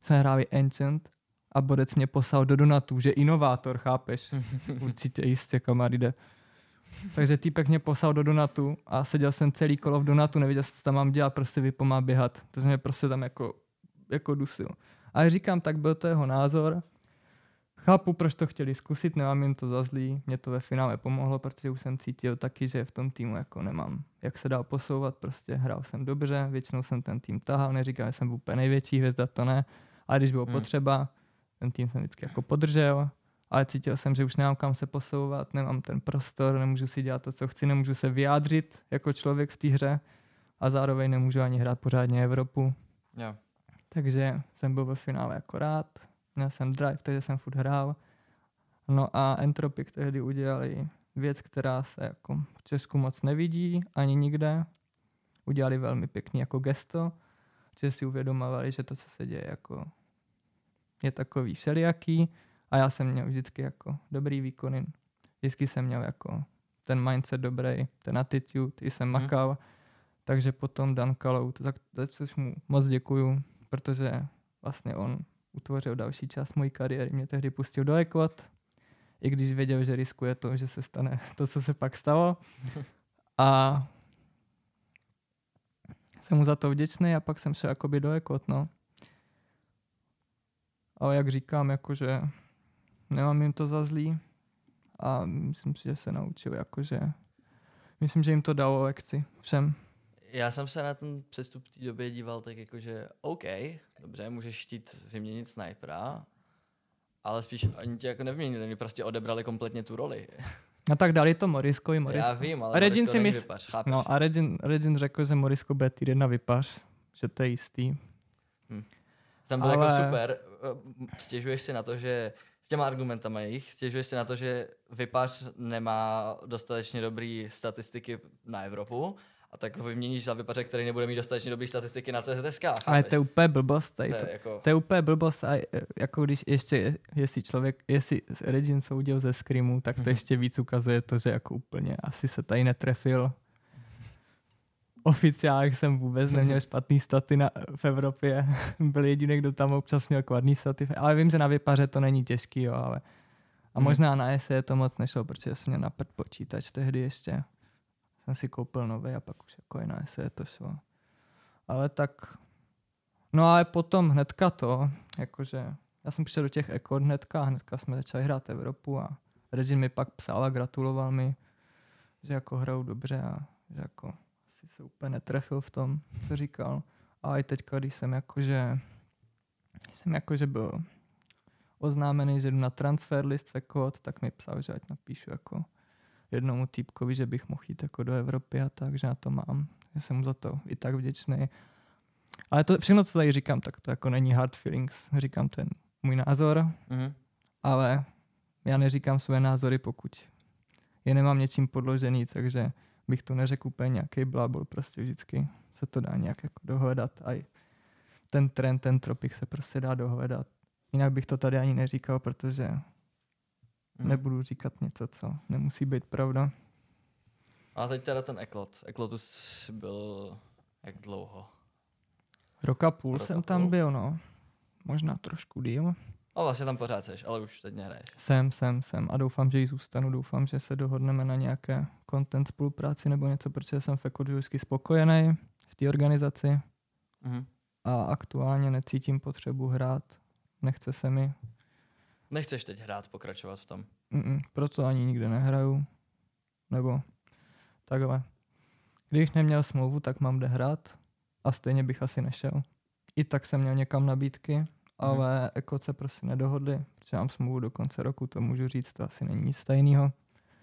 Speaker 2: jsme hráli Ancient a Bodec mě poslal do Donatu, že inovátor, chápeš? Určitě jistě, kamaride. Takže týpek mě poslal do Donatu a seděl jsem celý kolo v Donatu, nevěděl, co tam mám dělat, prostě vypomá běhat. To jsem mě prostě tam jako, jako dusil. A říkám, tak byl to jeho názor. Chápu, proč to chtěli zkusit, nemám jim to za zlý. Mě to ve finále pomohlo, protože už jsem cítil taky, že v tom týmu jako nemám jak se dál posouvat. Prostě hrál jsem dobře, většinou jsem ten tým tahal, neříkám, že jsem úplně největší hvězda, to ne. Ale když bylo hmm. potřeba, ten tým jsem vždycky jako podržel. Ale cítil jsem, že už nemám kam se posouvat, nemám ten prostor, nemůžu si dělat to, co chci, nemůžu se vyjádřit jako člověk v té hře a zároveň nemůžu ani hrát pořádně Evropu.
Speaker 1: Yeah.
Speaker 2: Takže jsem byl ve finále jako rád, měl jsem drive, takže jsem furt hrál. No a Entropic tehdy udělali věc, která se jako v Česku moc nevidí, ani nikde. Udělali velmi pěkný jako gesto, že si uvědomovali, že to, co se děje, jako je takový všelijaký. A já jsem měl vždycky jako dobrý výkony. Vždycky jsem měl jako ten mindset dobrý, ten attitude, i jsem hmm. makal. Takže potom Dan Kalou, tak za což mu moc děkuju, protože vlastně on utvořil další část mojí kariéry. Mě tehdy pustil do Equot, i když věděl, že riskuje to, že se stane to, co se pak stalo. A jsem mu za to vděčný a pak jsem šel jakoby do Equot, no. Ale jak říkám, jakože nemám jim to za zlý a myslím si, že se naučil, jakože myslím, že jim to dalo lekci všem.
Speaker 1: Já jsem se na ten přestup v té době díval tak jakože OK, dobře, můžeš chtít vyměnit snajpera, ale spíš oni tě jako nevyměnili, oni prostě odebrali kompletně tu roli.
Speaker 2: A tak dali to Morisko i Morisko.
Speaker 1: Já vím, ale Morisko není mysl... vypař, chápeš?
Speaker 2: No a Regin, Regin řekl, že Morisko bude týden na vypař, že to je jistý.
Speaker 1: Hm. Jsem byl
Speaker 2: ale...
Speaker 1: jako super, stěžuješ si na to, že s těma argumentama jich, stěžuješ si na to, že vypař nemá dostatečně dobrý statistiky na Evropu, a tak ho vyměníš za vypaře, který nebude mít dostatečně dobrý statistiky na C Z S K.
Speaker 2: Ale to je úplně blbost. To,
Speaker 1: to, je
Speaker 2: to,
Speaker 1: jako...
Speaker 2: to je úplně blbost. A jako když ještě, jestli člověk, jestli Regin soudil ze Screamu, tak to ještě víc ukazuje to, že jako úplně asi se tady netrefil. Oficiálně jsem vůbec neměl špatný staty na, v Evropě. Byl jediný, kdo tam občas měl kladný staty. Ale vím, že na vypaře to není těžký, jo, ale a možná na E S E to moc nešlo, protože jsem měl na prd počítač tehdy ještě. Jsem si koupil nový a pak už jako i na E S E to šlo. Ale tak... No ale potom hnedka to, jakože... Já jsem přišel do těch Eko hnedka a hnedka jsme začali hrát Evropu a Regin mi pak psal a gratuloval mi, že jako hrajou dobře a že jako asi se úplně netrefil v tom, co říkal. A i teďka, když jsem jakože... jsem jakože byl oznámený, že jdu na transfer list v Eko, tak mi psal, že ať napíšu jako jednomu týpkovi, že bych mohl jít jako do Evropy a tak, že na to mám. Že jsem mu za to i tak vděčný. Ale to všechno, co tady říkám, tak to jako není hard feelings. Říkám ten můj názor, mm-hmm. ale já neříkám své názory, pokud je nemám něčím podložený, takže bych to neřekl úplně nějaký blábol, prostě vždycky se to dá nějak jako dohledat. A ten trend, ten tropik se prostě dá dohledat. Jinak bych to tady ani neříkal, protože hmm. nebudu říkat něco, co nemusí být pravda.
Speaker 1: A teď teda ten Eklot. Eklotus byl jak dlouho?
Speaker 2: Rok a půl
Speaker 1: Rok
Speaker 2: jsem
Speaker 1: a
Speaker 2: tam
Speaker 1: půl?
Speaker 2: byl, no. Možná trošku díl.
Speaker 1: A vlastně tam pořád seš, ale už teď nehraješ.
Speaker 2: Jsem, jsem, jsem a doufám, že jí zůstanu. Doufám, že se dohodneme na nějaké content spolupráci nebo něco, protože jsem fakt vždycky spokojený v té organizaci
Speaker 1: Mhm.
Speaker 2: a aktuálně necítím potřebu hrát. Nechce se mi.
Speaker 1: Nechceš teď hrát, pokračovat v tom?
Speaker 2: Mm-mm, proto ani nikde nehraju. Nebo takhle. Kdybych neměl smlouvu, tak mám kde hrát a stejně bych asi nešel. I tak jsem měl někam nabídky, ale mm. Eko se prostě nedohodli, protože mám smlouvu do konce roku, to můžu říct, to asi není nic tajného.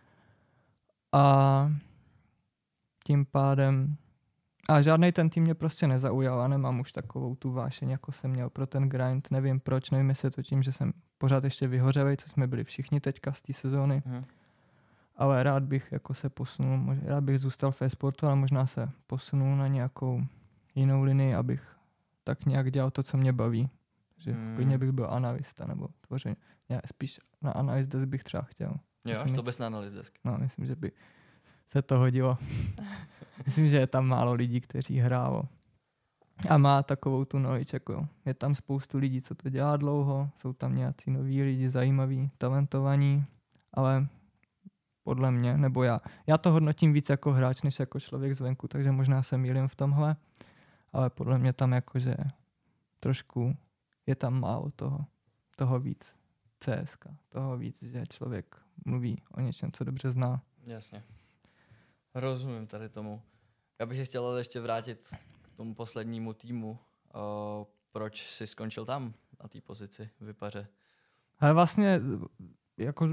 Speaker 2: A tím pádem a žádný ten tým mě prostě nezaujal a nemám už takovou tu vášeň, jako jsem měl pro ten grind. Nevím proč, nevím, jestli je to tím, že jsem pořád ještě vyhořelej, co jsme byli všichni teďka z té sezóny. Mm. Ale rád bych jako se posunul, možná, rád bych zůstal v e-sportu, ale možná se posunul na nějakou jinou linii, abych tak nějak dělal to, co mě baví. Že mm. klidně bych byl analysta nebo tvoření. Já spíš na analyst desk bych třeba chtěl.
Speaker 1: Jo,
Speaker 2: myslím,
Speaker 1: to bys na analyst desk.
Speaker 2: No, myslím, že by se to hodilo. Myslím, že je tam málo lidí, kteří hrálo. a má takovou tu knowledge, jako je tam spoustu lidí, co to dělá dlouho, jsou tam nějací noví lidi, zajímaví, talentovaní, ale podle mě, nebo já, já to hodnotím víc jako hráč, než jako člověk zvenku, takže možná se mýlím v tomhle, ale podle mě tam jakože trošku je tam málo toho, toho víc C S ka, toho víc, že člověk mluví o něčem, co dobře zná.
Speaker 1: Jasně. Rozumím tady tomu. Já bych se chtěl ale ještě vrátit k tomu poslednímu týmu. O, proč jsi skončil tam na té pozici v Vypaře?
Speaker 2: Ale vlastně jako,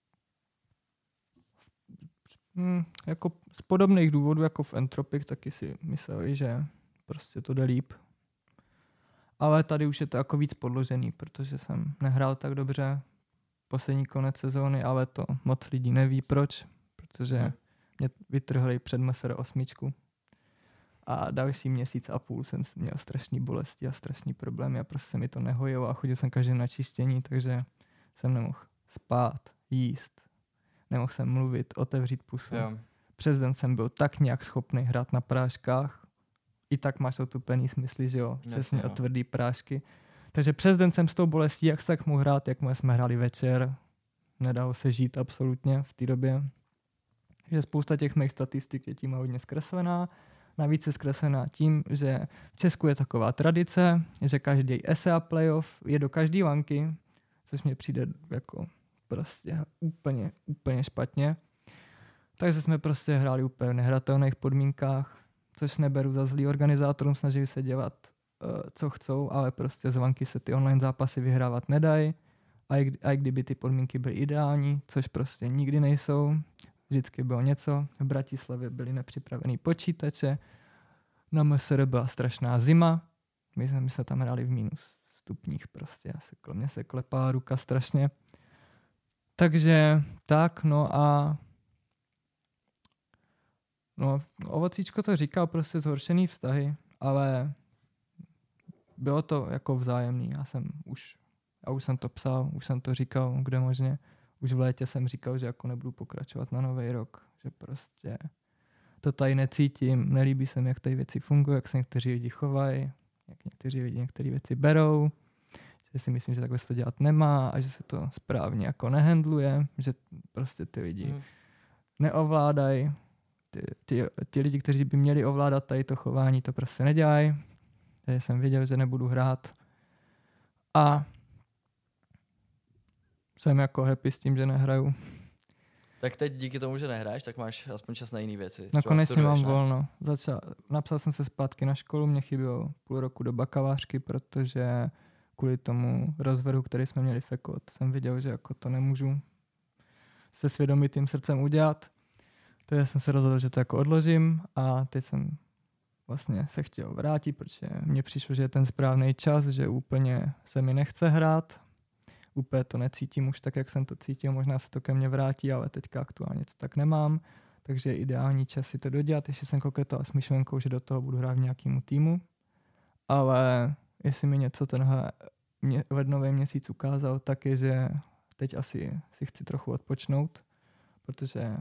Speaker 2: hm, jako z podobných důvodů jako v Entropic taky si mysleli, že prostě to jde líp. Ale tady už je to jako víc podložený, protože jsem nehrál tak dobře poslední konec sezóny, ale to moc lidí neví proč, protože hmm. mě vytrhli před M S R osmičku a další měsíc a půl jsem měl strašný bolesti a strašný problémy a prostě se mi to nehojilo a chodil jsem každý na čištění, takže jsem nemohl spát, jíst, nemohl jsem mluvit, otevřít pusu.
Speaker 1: Jo.
Speaker 2: Přes den jsem byl tak nějak schopný hrát na práškách, i tak máš otupený smysly, že jo, přesně o tvrdý prášky. Takže přes den jsem s tou bolestí, jak se tak mohl hrát, jak jsme hráli večer, nedalo se žít absolutně v té době. Takže spousta těch mých statistik je tím hodně zkreslená. Navíc je zkreslená tím, že v Česku je taková tradice, že každý S A playoff je do každý lanky, což mě přijde jako prostě úplně, úplně špatně. Takže jsme prostě hráli úplně v nehratelných podmínkách, což neberu za zlý organizátorům, snaží se dělat, uh, co chcou, ale prostě z vanky se ty online zápasy vyhrávat nedají. A i, a i kdyby ty podmínky byly ideální, což prostě nikdy nejsou, vždycky bylo něco. V Bratislavě byly nepřipravený počítače, na M S R byla strašná zima, my jsme, my jsme tam hráli v minus stupních prostě, já se, mě se klepá ruka strašně. Takže tak, no a no, Ovocíčko to říkal, prostě zhoršený vztahy, ale bylo to jako vzájemný. Já jsem už, já už jsem to psal, už jsem to říkal, kde možně. Už v létě jsem říkal, že jako nebudu pokračovat na nový rok, že prostě to tady necítím, nelíbí se mi, jak tady věci fungují, jak se někteří lidi chovají, jak někteří lidi některé věci berou, že si myslím, že takhle se to dělat nemá a že se to správně jako nehandluje, že prostě ty lidi mm. neovládají. Ty, ty, ty lidi, kteří by měli ovládat tady to chování, to prostě nedělají. Takže jsem věděl, že nebudu hrát. A jsem jako happy s tím, že nehraju.
Speaker 1: Tak teď díky tomu, že nehráš, tak máš aspoň čas na jiné věci.
Speaker 2: No konečně mám ne? volno. Začal, napsal jsem se zpátky na školu, mě chybělo půl roku do bakalářky, protože kvůli tomu rozvrhu, který jsme měli fekot, jsem viděl, že jako to nemůžu se svědomitým srdcem udělat. Takže jsem se rozhodl, že to jako odložím a teď jsem vlastně se chtěl vrátit, protože mně přišlo, že je ten správný čas, že úplně se mi nechce hrát. Úplně to necítím už tak, jak jsem to cítil, možná se to ke mně vrátí, ale teďka aktuálně to tak nemám, takže je ideální čas si to dodělat. Ještě jsem koketoval s myšlenkou, že do toho budu hrát v nějakému týmu, ale jestli mi něco tenhle mě, lednový měsíc ukázal, tak je, že teď asi si chci trochu odpočnout, protože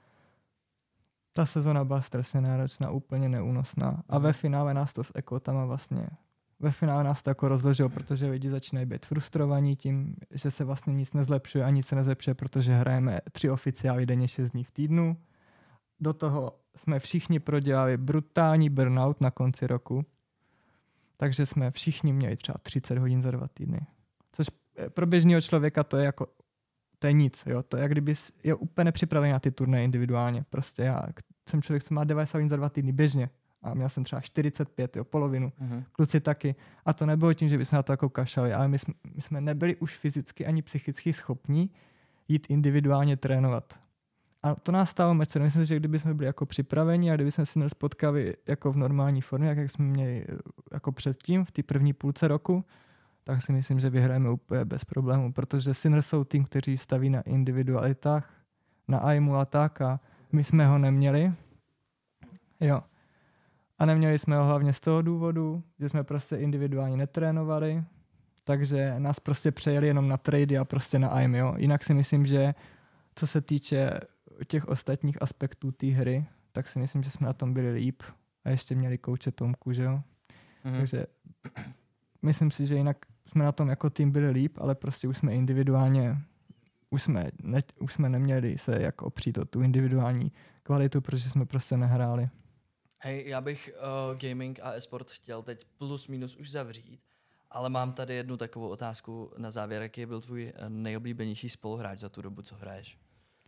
Speaker 2: ta sezona byla strašně náročná, úplně neúnosná. A ve finále nás to s ekotama vlastně, ve finále nás to jako rozložilo, protože lidi začínají být frustrovaní tím, že se vlastně nic nezlepšuje a nic se nezlepšuje, protože hrajeme tři oficiály denně šest dní v týdnu. Do toho jsme všichni prodělali brutální burnout na konci roku, takže jsme všichni měli třeba třicet hodin za dva týdny. Což pro běžného člověka to je jako to je nic, jo. To je jak kdyby je úplně nepřipravený na ty turnaje individuálně. Prostě já jsem člověk, co má devadesát hodin za dva týdny běžně a měl jsem třeba čtyřicet pět, jo, polovinu. Uh-huh. Kluci taky. A to nebylo tím, že bychom na to jako kašali, ale my jsme, my jsme nebyli už fyzicky ani psychicky schopní jít individuálně trénovat. A to nás stálo meč. Myslím si, že kdyby jsme byli jako připraveni a kdyby jsme si nespotkali jako v normální formě, jak jsme měli jako předtím v té první půlce roku, tak si myslím, že vyhrajeme úplně bez problémů, protože Sinners jsou tým, kteří staví na individualitách, na aimu a tak a my jsme ho neměli. Jo. A neměli jsme ho hlavně z toho důvodu, že jsme prostě individuálně netrénovali, takže nás prostě přejeli jenom na trady a prostě na aim, jo. Jinak si myslím, že co se týče těch ostatních aspektů té hry, tak si myslím, že jsme na tom byli líp a ještě měli kouče Tomku, že jo. Mm-hmm. Takže myslím si, že jinak jsme na tom jako tým byli líp, ale prostě už jsme individuálně, už jsme, ne, už jsme neměli se jako opřít o tu individuální kvalitu, protože jsme prostě nehráli.
Speaker 1: Hej, já bych uh, gaming a e-sport chtěl teď plus minus už zavřít, ale mám tady jednu takovou otázku na závěr. Jaký byl tvůj nejoblíbenější spoluhráč za tu dobu, co hraješ?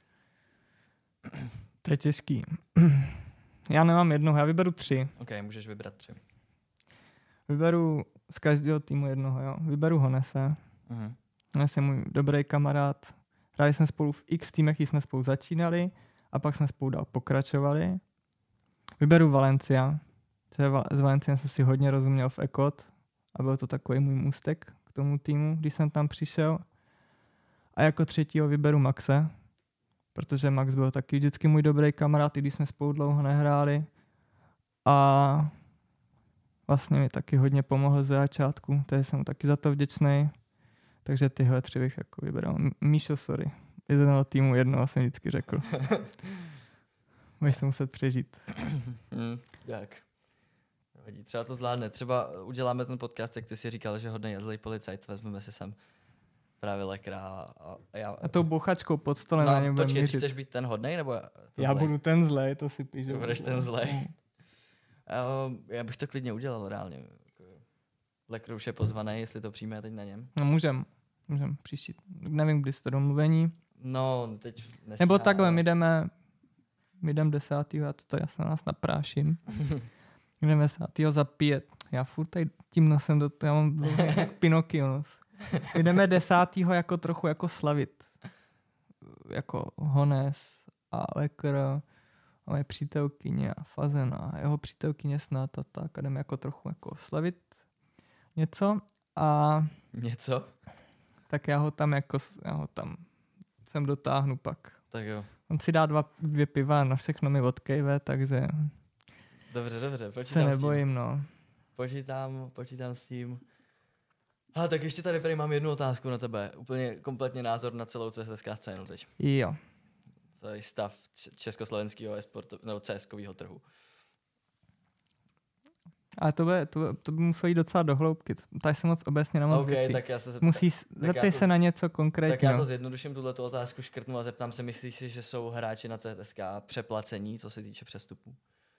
Speaker 2: To je těžký. Já nemám jednoho, já vyberu tři.
Speaker 1: Ok, můžeš vybrat tři.
Speaker 2: Vyberu z každého týmu jednoho, jo. Vyberu Honese.
Speaker 1: Uh-huh.
Speaker 2: Hones je můj dobrý kamarád. Hráli jsme spolu v x týmech, jsme spolu začínali a pak jsme spolu dál pokračovali. Vyberu Valencia. S Valenciem jsem si hodně rozuměl v Ekot a byl to takový můj můstek k tomu týmu, když jsem tam přišel. A jako třetího vyberu Maxe, protože Max byl taky vždycky můj dobrý kamarád, i když jsme spolu dlouho nehráli. A vlastně mi taky hodně pomohl ze začátku, takže jsem mu taky za to vděčný. Takže tyhle tři bych jako vybral. M- Míšo, sorry. Z jednoho týmu jednoho jsem vždycky řekl. Můžeš to muset přežít.
Speaker 1: hmm, jak? Vadí, třeba to zvládne. Třeba uděláme ten podcast, jak ty si říkal, že hodně jezlej policajt, vezmeme si sem právě lekra a, a já...
Speaker 2: A tou bouchačkou pod stolem
Speaker 1: no,
Speaker 2: na něm
Speaker 1: počkej, ty
Speaker 2: mířit.
Speaker 1: chceš být ten hodnej, nebo to
Speaker 2: Já
Speaker 1: zlej?
Speaker 2: budu ten zlej, to si píšu.
Speaker 1: Budeš ten zlej. Já bych to klidně udělal reálně. Lekr už je pozvaný, jestli to přijme teď na něm.
Speaker 2: No můžem, můžem příští. Nevím, kdy jste domluvení.
Speaker 1: No, teď nestíhá,
Speaker 2: Nebo takhle,
Speaker 1: ale...
Speaker 2: my jdeme, my jdeme desátýho, já to tady se na nás napráším. My jdeme desátýho zapíjet. Já furt tady tím nosem do toho, já mám dlouhý jak Pinokio nos. My jdeme desátýho jako trochu jako slavit. Jako Hones a Lekr a moje přítelkyně a Fazen a jeho přítelkyně snad a tak. A jdeme jako trochu jako slavit něco a...
Speaker 1: Něco?
Speaker 2: Tak já ho tam jako, já ho tam sem dotáhnu pak.
Speaker 1: Tak jo.
Speaker 2: On si dá dva, dvě piva, na všechno mi odkejve, takže
Speaker 1: Dobře, dobře, počítám
Speaker 2: se
Speaker 1: s tím.
Speaker 2: nebojím, no.
Speaker 1: Počítám, počítám s tím. A tak ještě tady, tady mám jednu otázku na tebe. Úplně kompletně názor na celou C S K scénu teď.
Speaker 2: Jo.
Speaker 1: Co je stav č- československého e-sportu, nebo CSkového trhu.
Speaker 2: Ale to by, to, by, to by muselo jít docela do hloubky. Tady se moc obecně na moc
Speaker 1: OK,
Speaker 2: věcí.
Speaker 1: tak já se zeptám.
Speaker 2: Musíš, zeptej
Speaker 1: to,
Speaker 2: se na něco
Speaker 1: Tak
Speaker 2: konkrétního.
Speaker 1: já to zjednoduším, tuhletu otázku škrtnu a zeptám se, myslíš si, že jsou hráči na C S K přeplacení, co se týče přestupů?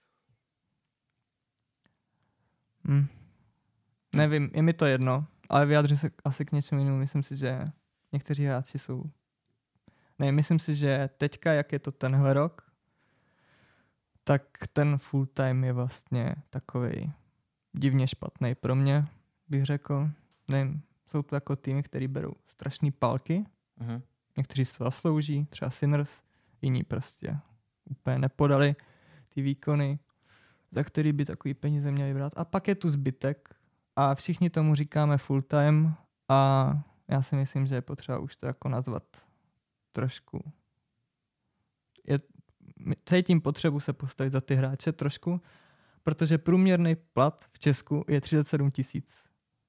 Speaker 2: Hm. Nevím, je mi to jedno, ale vyjádřím se asi k něčemu jinému. Myslím si, že někteří hráči jsou... Ne, myslím si, že teďka, jak je to tenhle rok, tak ten full time je vlastně takovej divně špatný pro mě, bych řekl. Nevím, jsou to jako týmy, který berou strašný pálky.
Speaker 1: Uh-huh.
Speaker 2: Někteří se zaslouží, třeba Sinners, jiní prostě úplně nepodali ty výkony, za který by takový peníze měli brát. A pak je tu zbytek a všichni tomu říkáme full time a já si myslím, že je potřeba už to jako nazvat trošku. Je, cítím potřebu se postavit za ty hráče trošku, protože průměrný plat v Česku je třicet sedm tisíc.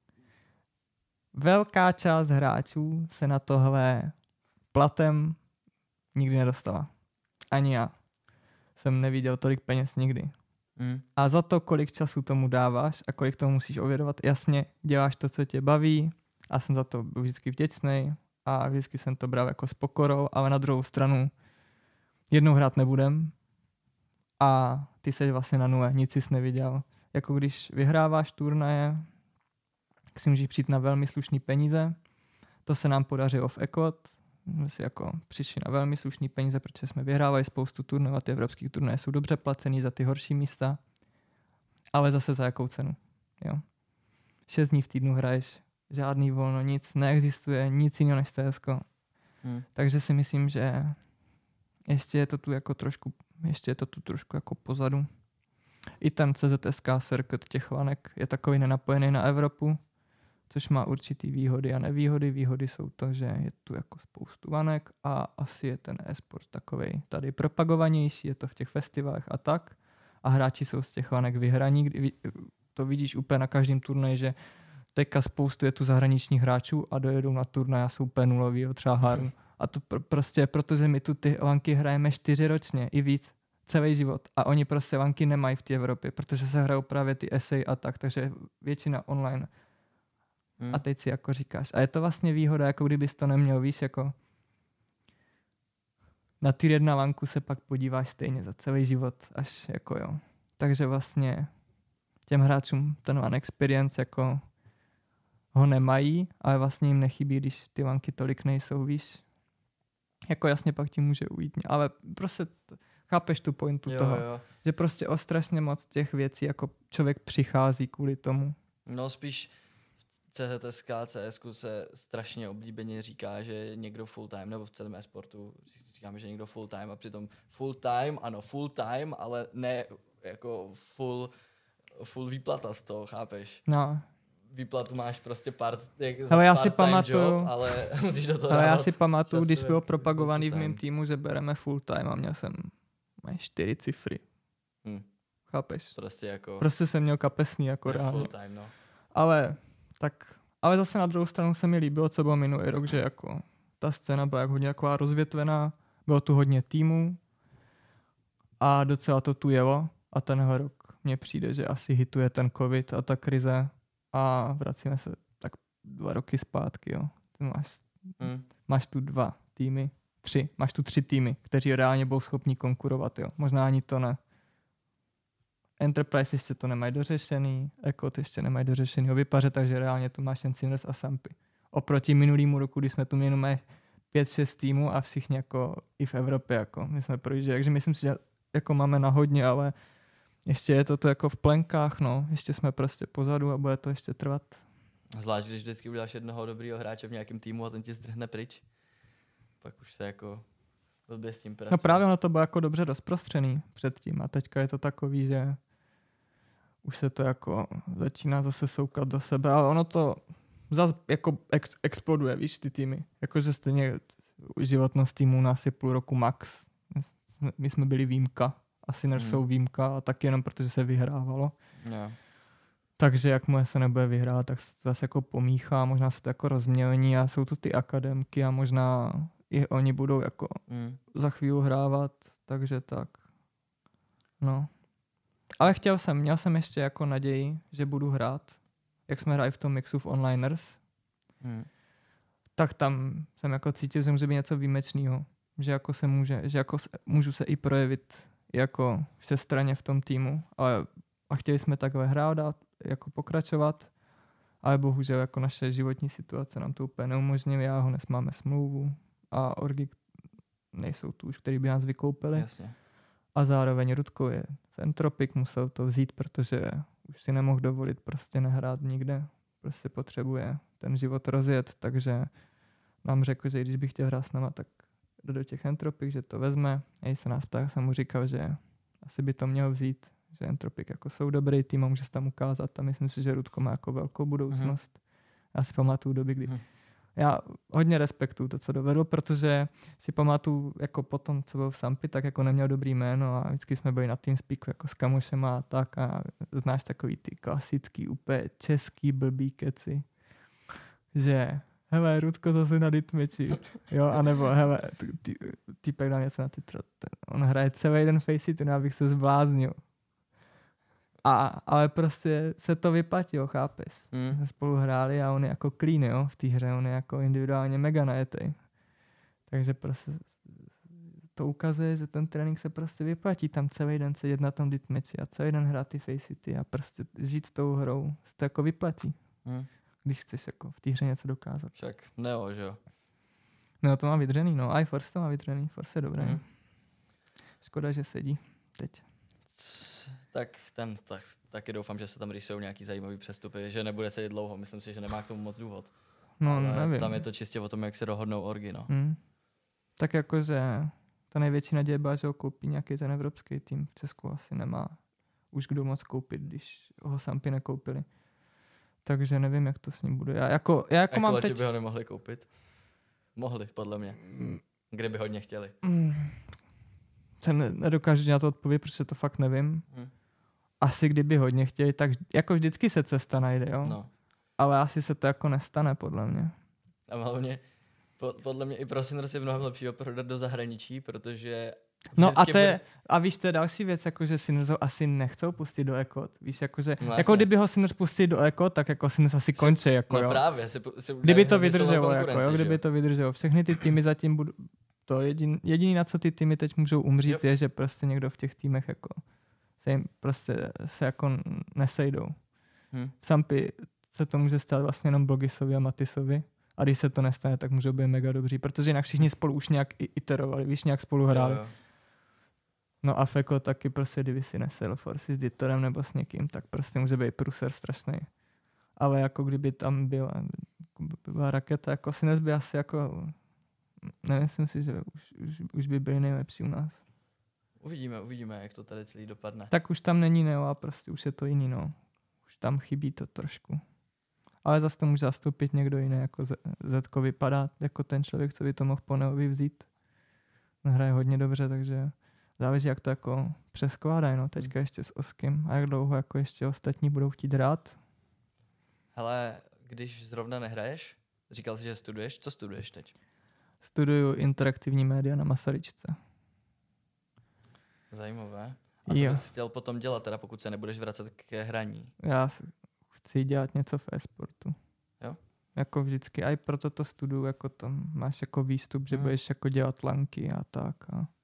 Speaker 2: Velká část hráčů se na tohle platem nikdy nedostala. Ani já jsem neviděl tolik peněz nikdy.
Speaker 1: Mm.
Speaker 2: A za to, kolik času tomu dáváš a kolik tomu musíš ovědovat, jasně, děláš to, co tě baví a jsem za to vždycky vděčný a vždycky jsem to bral jako s pokorou, ale na druhou stranu jednou hrát nebudem a ty seš vlastně na nule, nic jsi neviděl. Jako když vyhráváš turnaje, tak si můžeš přijít na velmi slušný peníze. To se nám podařilo v Ekot. Jsme si jako přišli na velmi slušný peníze, protože jsme vyhrávali spoustu turnajů a ty evropských turnaje jsou dobře placený za ty horší místa. Ale zase za jakou cenu. Jo. Šest dní v týdnu hraješ, žádný volno, nic, neexistuje, nic jiného než C S ko.
Speaker 1: Hmm.
Speaker 2: Takže si myslím, že ještě je to tu jako trošku, ještě je to tu trošku jako pozadu. I ten C Z S K circuit těch vanek je takový nenapojený na Evropu, což má určitý výhody a nevýhody. Výhody jsou to, že je tu jako spoustu vanek a asi je ten e-sport takovej tady propagovanější, je to v těch festivalech a tak. A hráči jsou z těch vanek vyhraní, kdy to vidíš úplně na každém turnaji, že teďka spoustu je tu zahraničních hráčů a dojedou na turnaj a jsou úplně nulový, třeba Harm. A to pr- prostě, protože my tu ty vanky hrajeme čtyři ročně, i víc. celý život. A oni prostě lanky nemají v té Evropě, protože se hrajou právě ty esej a tak, takže většina online.
Speaker 1: Hmm.
Speaker 2: A teď si jako říkáš. A je to vlastně výhoda, jako kdybys to neměl, víš, jako na ty jedna lanku se pak podíváš stejně za celý život, až jako jo. Takže vlastně těm hráčům ten one experience jako ho nemají, ale vlastně jim nechybí, když ty lanky tolik nejsou, víš. Jako jasně pak ti může ujít, ale prostě t- chápeš tu pointu
Speaker 1: Jo,
Speaker 2: toho,
Speaker 1: jo.
Speaker 2: že prostě o strašně moc těch věcí jako člověk přichází kvůli tomu.
Speaker 1: No spíš v C Z S K, C S ku se strašně oblíbeně říká, že je někdo full time, nebo v celém e-sportu říkáme, že je někdo full time a přitom full time, ano, full time, ale ne jako full, full výplata z toho, chápeš?
Speaker 2: No.
Speaker 1: Výplatu máš prostě pár, jak
Speaker 2: Ale já si
Speaker 1: part-time
Speaker 2: pamatuju,
Speaker 1: job, ale musíš do toho
Speaker 2: ale já
Speaker 1: dávat
Speaker 2: si pamatuju, když
Speaker 1: časově
Speaker 2: bylo
Speaker 1: jako
Speaker 2: propagovaný v
Speaker 1: full
Speaker 2: mém
Speaker 1: time.
Speaker 2: týmu, že bereme full time a měl jsem mé čtyři cifry.
Speaker 1: Hm.
Speaker 2: Chápeš?
Speaker 1: Prostě jako
Speaker 2: Prostě jsem měl kapesný jako
Speaker 1: je
Speaker 2: reálně.
Speaker 1: full time, no.
Speaker 2: Ale tak, ale zase na druhou stranu se mi líbilo, co bylo minulý rok, že jako ta scéna byla jako hodně taková rozvětvená, bylo tu hodně týmů a docela to tu jelo a tenhle rok mně přijde, že asi hituje ten covid a ta krize a vracíme se tak dva roky zpátky, jo. Ty máš,
Speaker 1: Hm.
Speaker 2: máš tu dva týmy, tři, máš tu tři týmy, kteří reálně budou schopni konkurovat, jo. Možná ani to ne. Enterprise ještě to nemají dořešený, Echo ještě nemají dořešený obypaře, takže reálně tu máš jen Sinners a Sampy. Oproti minulýmu roku, kdy jsme tu měli jenom pět šest týmů a všichni jako i v Evropě, jako my jsme projížděli, takže myslím si, že jako máme na hodně, ale ještě je to tu jako v plenkách, no, ještě jsme prostě pozadu a bude to ještě trvat.
Speaker 1: Zvlášť, když vždycky uděláš jednoho dobrýho hráče v nějakém týmu a ten ti zdrhne pryč. Pak už se jako blbě s tím pracuje.
Speaker 2: No právě ono to bylo jako dobře rozprostřený předtím a teďka je to takový, že už se to jako začíná zase soukat do sebe, ale ono to zase jako ex- exploduje, víš, ty týmy. Jakože stejně životnost týmu u nás je půl roku max. My jsme byli výjimka, asi
Speaker 1: Hmm.
Speaker 2: nejsou výjimka a tak jenom protože se vyhrávalo.
Speaker 1: Jo.
Speaker 2: Takže jakmile se nebude vyhrát, tak se to zase jako pomíchá, možná se to jako rozmělní a jsou tu ty akademky a možná i oni budou jako
Speaker 1: Hm.
Speaker 2: za chvíli hrávat, takže tak. No. Ale chtěl jsem, měl jsem ještě jako naději, že budu hrát, jak jsme hráli v tom mixu v Onliners,
Speaker 1: Hm.
Speaker 2: tak tam jsem jako cítil, že může být něco výjimečného, že jako se může, že jako se, můžu se i projevit jako všestranně v tom týmu, ale a chtěli jsme takhle hrát a jako pokračovat, ale bohužel jako naše životní situace nám to úplně neumožnily, já ho dnes máme smlouvu a orgy nejsou tu už, který by nás vykoupili.
Speaker 1: Jasně.
Speaker 2: A zároveň Rudko je v Entropic, musel to vzít, protože už si nemohl dovolit prostě nehrát nikde. Prostě potřebuje ten život rozjet, takže nám řekl, že když bych chtěl hrát s náma, tak jde do těch Entropic, že to vezme. A když se nás ptá, jsem mu říkal, že asi by to měl vzít, že Entropic jako jsou dobrý tým a může se tam ukázat a myslím si, že Rudko má jako velkou budoucnost. Mm-hmm. Já si pamatuju doby, kdy
Speaker 1: Mm-hmm.
Speaker 2: já hodně respektuju to, co dovedl, protože si pamatuju, jako potom, co byl v Sampy, tak jako neměl dobrý jméno a vždycky jsme byli na TeamSpeaku jako s kamošema a tak a znáš takový ty klasický, úplně český blbý keci, že hele, Rudko zase na ditmeči, jo, anebo hele, ty, týpek dal něco na Twitter, on hraje celý den Faceit, já bych se zbláznil. A, ale prostě se to vyplatilo, chápeš?
Speaker 1: Mm.
Speaker 2: Jsme spolu hráli a on je jako clean, jo, v té hře, on je jako individuálně mega najetej. Takže prostě to ukazuje, že ten trénink se prostě vyplatí, tam celý den sedět na tom ditmeči a celý den hrát ty Faceity a prostě žít tou hrou, se to jako vyplatí,
Speaker 1: Mm.
Speaker 2: když chceš jako v té hře něco dokázat.
Speaker 1: Však Neo, že jo.
Speaker 2: No to má vydřený, no, a i Force to má vydřený, Force je dobrý.
Speaker 1: Mm.
Speaker 2: Škoda, že sedí teď.
Speaker 1: Tak ten, tak, taky doufám, že se tam rýsou nějaký zajímavý přestupy, že nebude sedět dlouho, myslím si, že nemá k tomu moc důvod.
Speaker 2: No,
Speaker 1: Ale
Speaker 2: nevím.
Speaker 1: tam je to čistě o tom, jak se dohodnou orgy, no.
Speaker 2: Hmm. Tak jakože ta největší naděje byla, že ho koupí nějaký ten evropský tým. V Česku asi nemá už kdo moc koupit, když ho Sampy nekoupili. Takže nevím, jak to s ním bude. Já jako, já jako mám
Speaker 1: Jako
Speaker 2: teď...
Speaker 1: by ho nemohli koupit. Mohli, podle mě. Kdyby hodně chtěli.
Speaker 2: Mm. Se ne, nedokážu na to odpovědět, protože to fakt nevím.
Speaker 1: Hm.
Speaker 2: Asi kdyby hodně chtěli, tak jako vždycky se cesta najde, jo.
Speaker 1: No.
Speaker 2: Ale asi se to jako nestane, podle mě.
Speaker 1: A hlavně, po, podle mě i pro Sinners je mnohem lepší ho prodat do zahraničí, protože
Speaker 2: No a to je, a víš, to je další věc, jakože Sinners ho asi nechcou pustit do Ekot. Víš, jakože, no, jako kdyby ho Sinners pustit do Ekot, tak jako Sinners asi končí, jako
Speaker 1: no
Speaker 2: jo.
Speaker 1: právě, se, se
Speaker 2: kdyby to vydrželo, jako jo, kdyby to vydrželo. Všechny ty týmy zatím budou, to jedin, jediný, na co ty týmy teď můžou umřít, yep. je, že prostě někdo v těch týmech jako se jim prostě se jako nesejdou. Hmm. V Sampy se to může stát vlastně jenom Blogisovi a Matisovi. A když se to nestane, tak můžou být mega dobří, protože jinak všichni spolu už nějak iterovali, víš, nějak spolu hráli. Jo, jo. No a Feko taky prostě, kdyby si nesel Forcy s Ditorem nebo s někým, tak prostě může být pruser strašný. Ale jako kdyby tam byla, byla raketa, jako si nezby asi jako, nemyslím si, že už, už, už by byli nejlepší u nás.
Speaker 1: Uvidíme, uvidíme, jak to tady celý dopadne.
Speaker 2: Tak už tam není Neo a prostě už je to jiný, no. Už tam chybí to trošku. Ale zase to může zastoupit někdo jiný, jako Zetko vypadá jako ten člověk, co by to mohl po Neovi vzít. Hraje hodně dobře, takže záleží, jak to jako přeskládají, no, teďka ještě s Oskym a jak dlouho jako ještě ostatní budou chtít hrát.
Speaker 1: Hele, když zrovna nehraješ, říkal jsi, že studuješ, co studuješ teď?
Speaker 2: Studuju interaktivní média na Masaryčce.
Speaker 1: Zajímavé. A co jo. bys chtěl potom dělat, teda pokud se nebudeš vracet ke hraní?
Speaker 2: Já chci dělat něco v e-sportu.
Speaker 1: Jo?
Speaker 2: Jako vždycky, a i proto to studuju, jako tam máš jako výstup, že hmm. budeš jako dělat lanky a tak a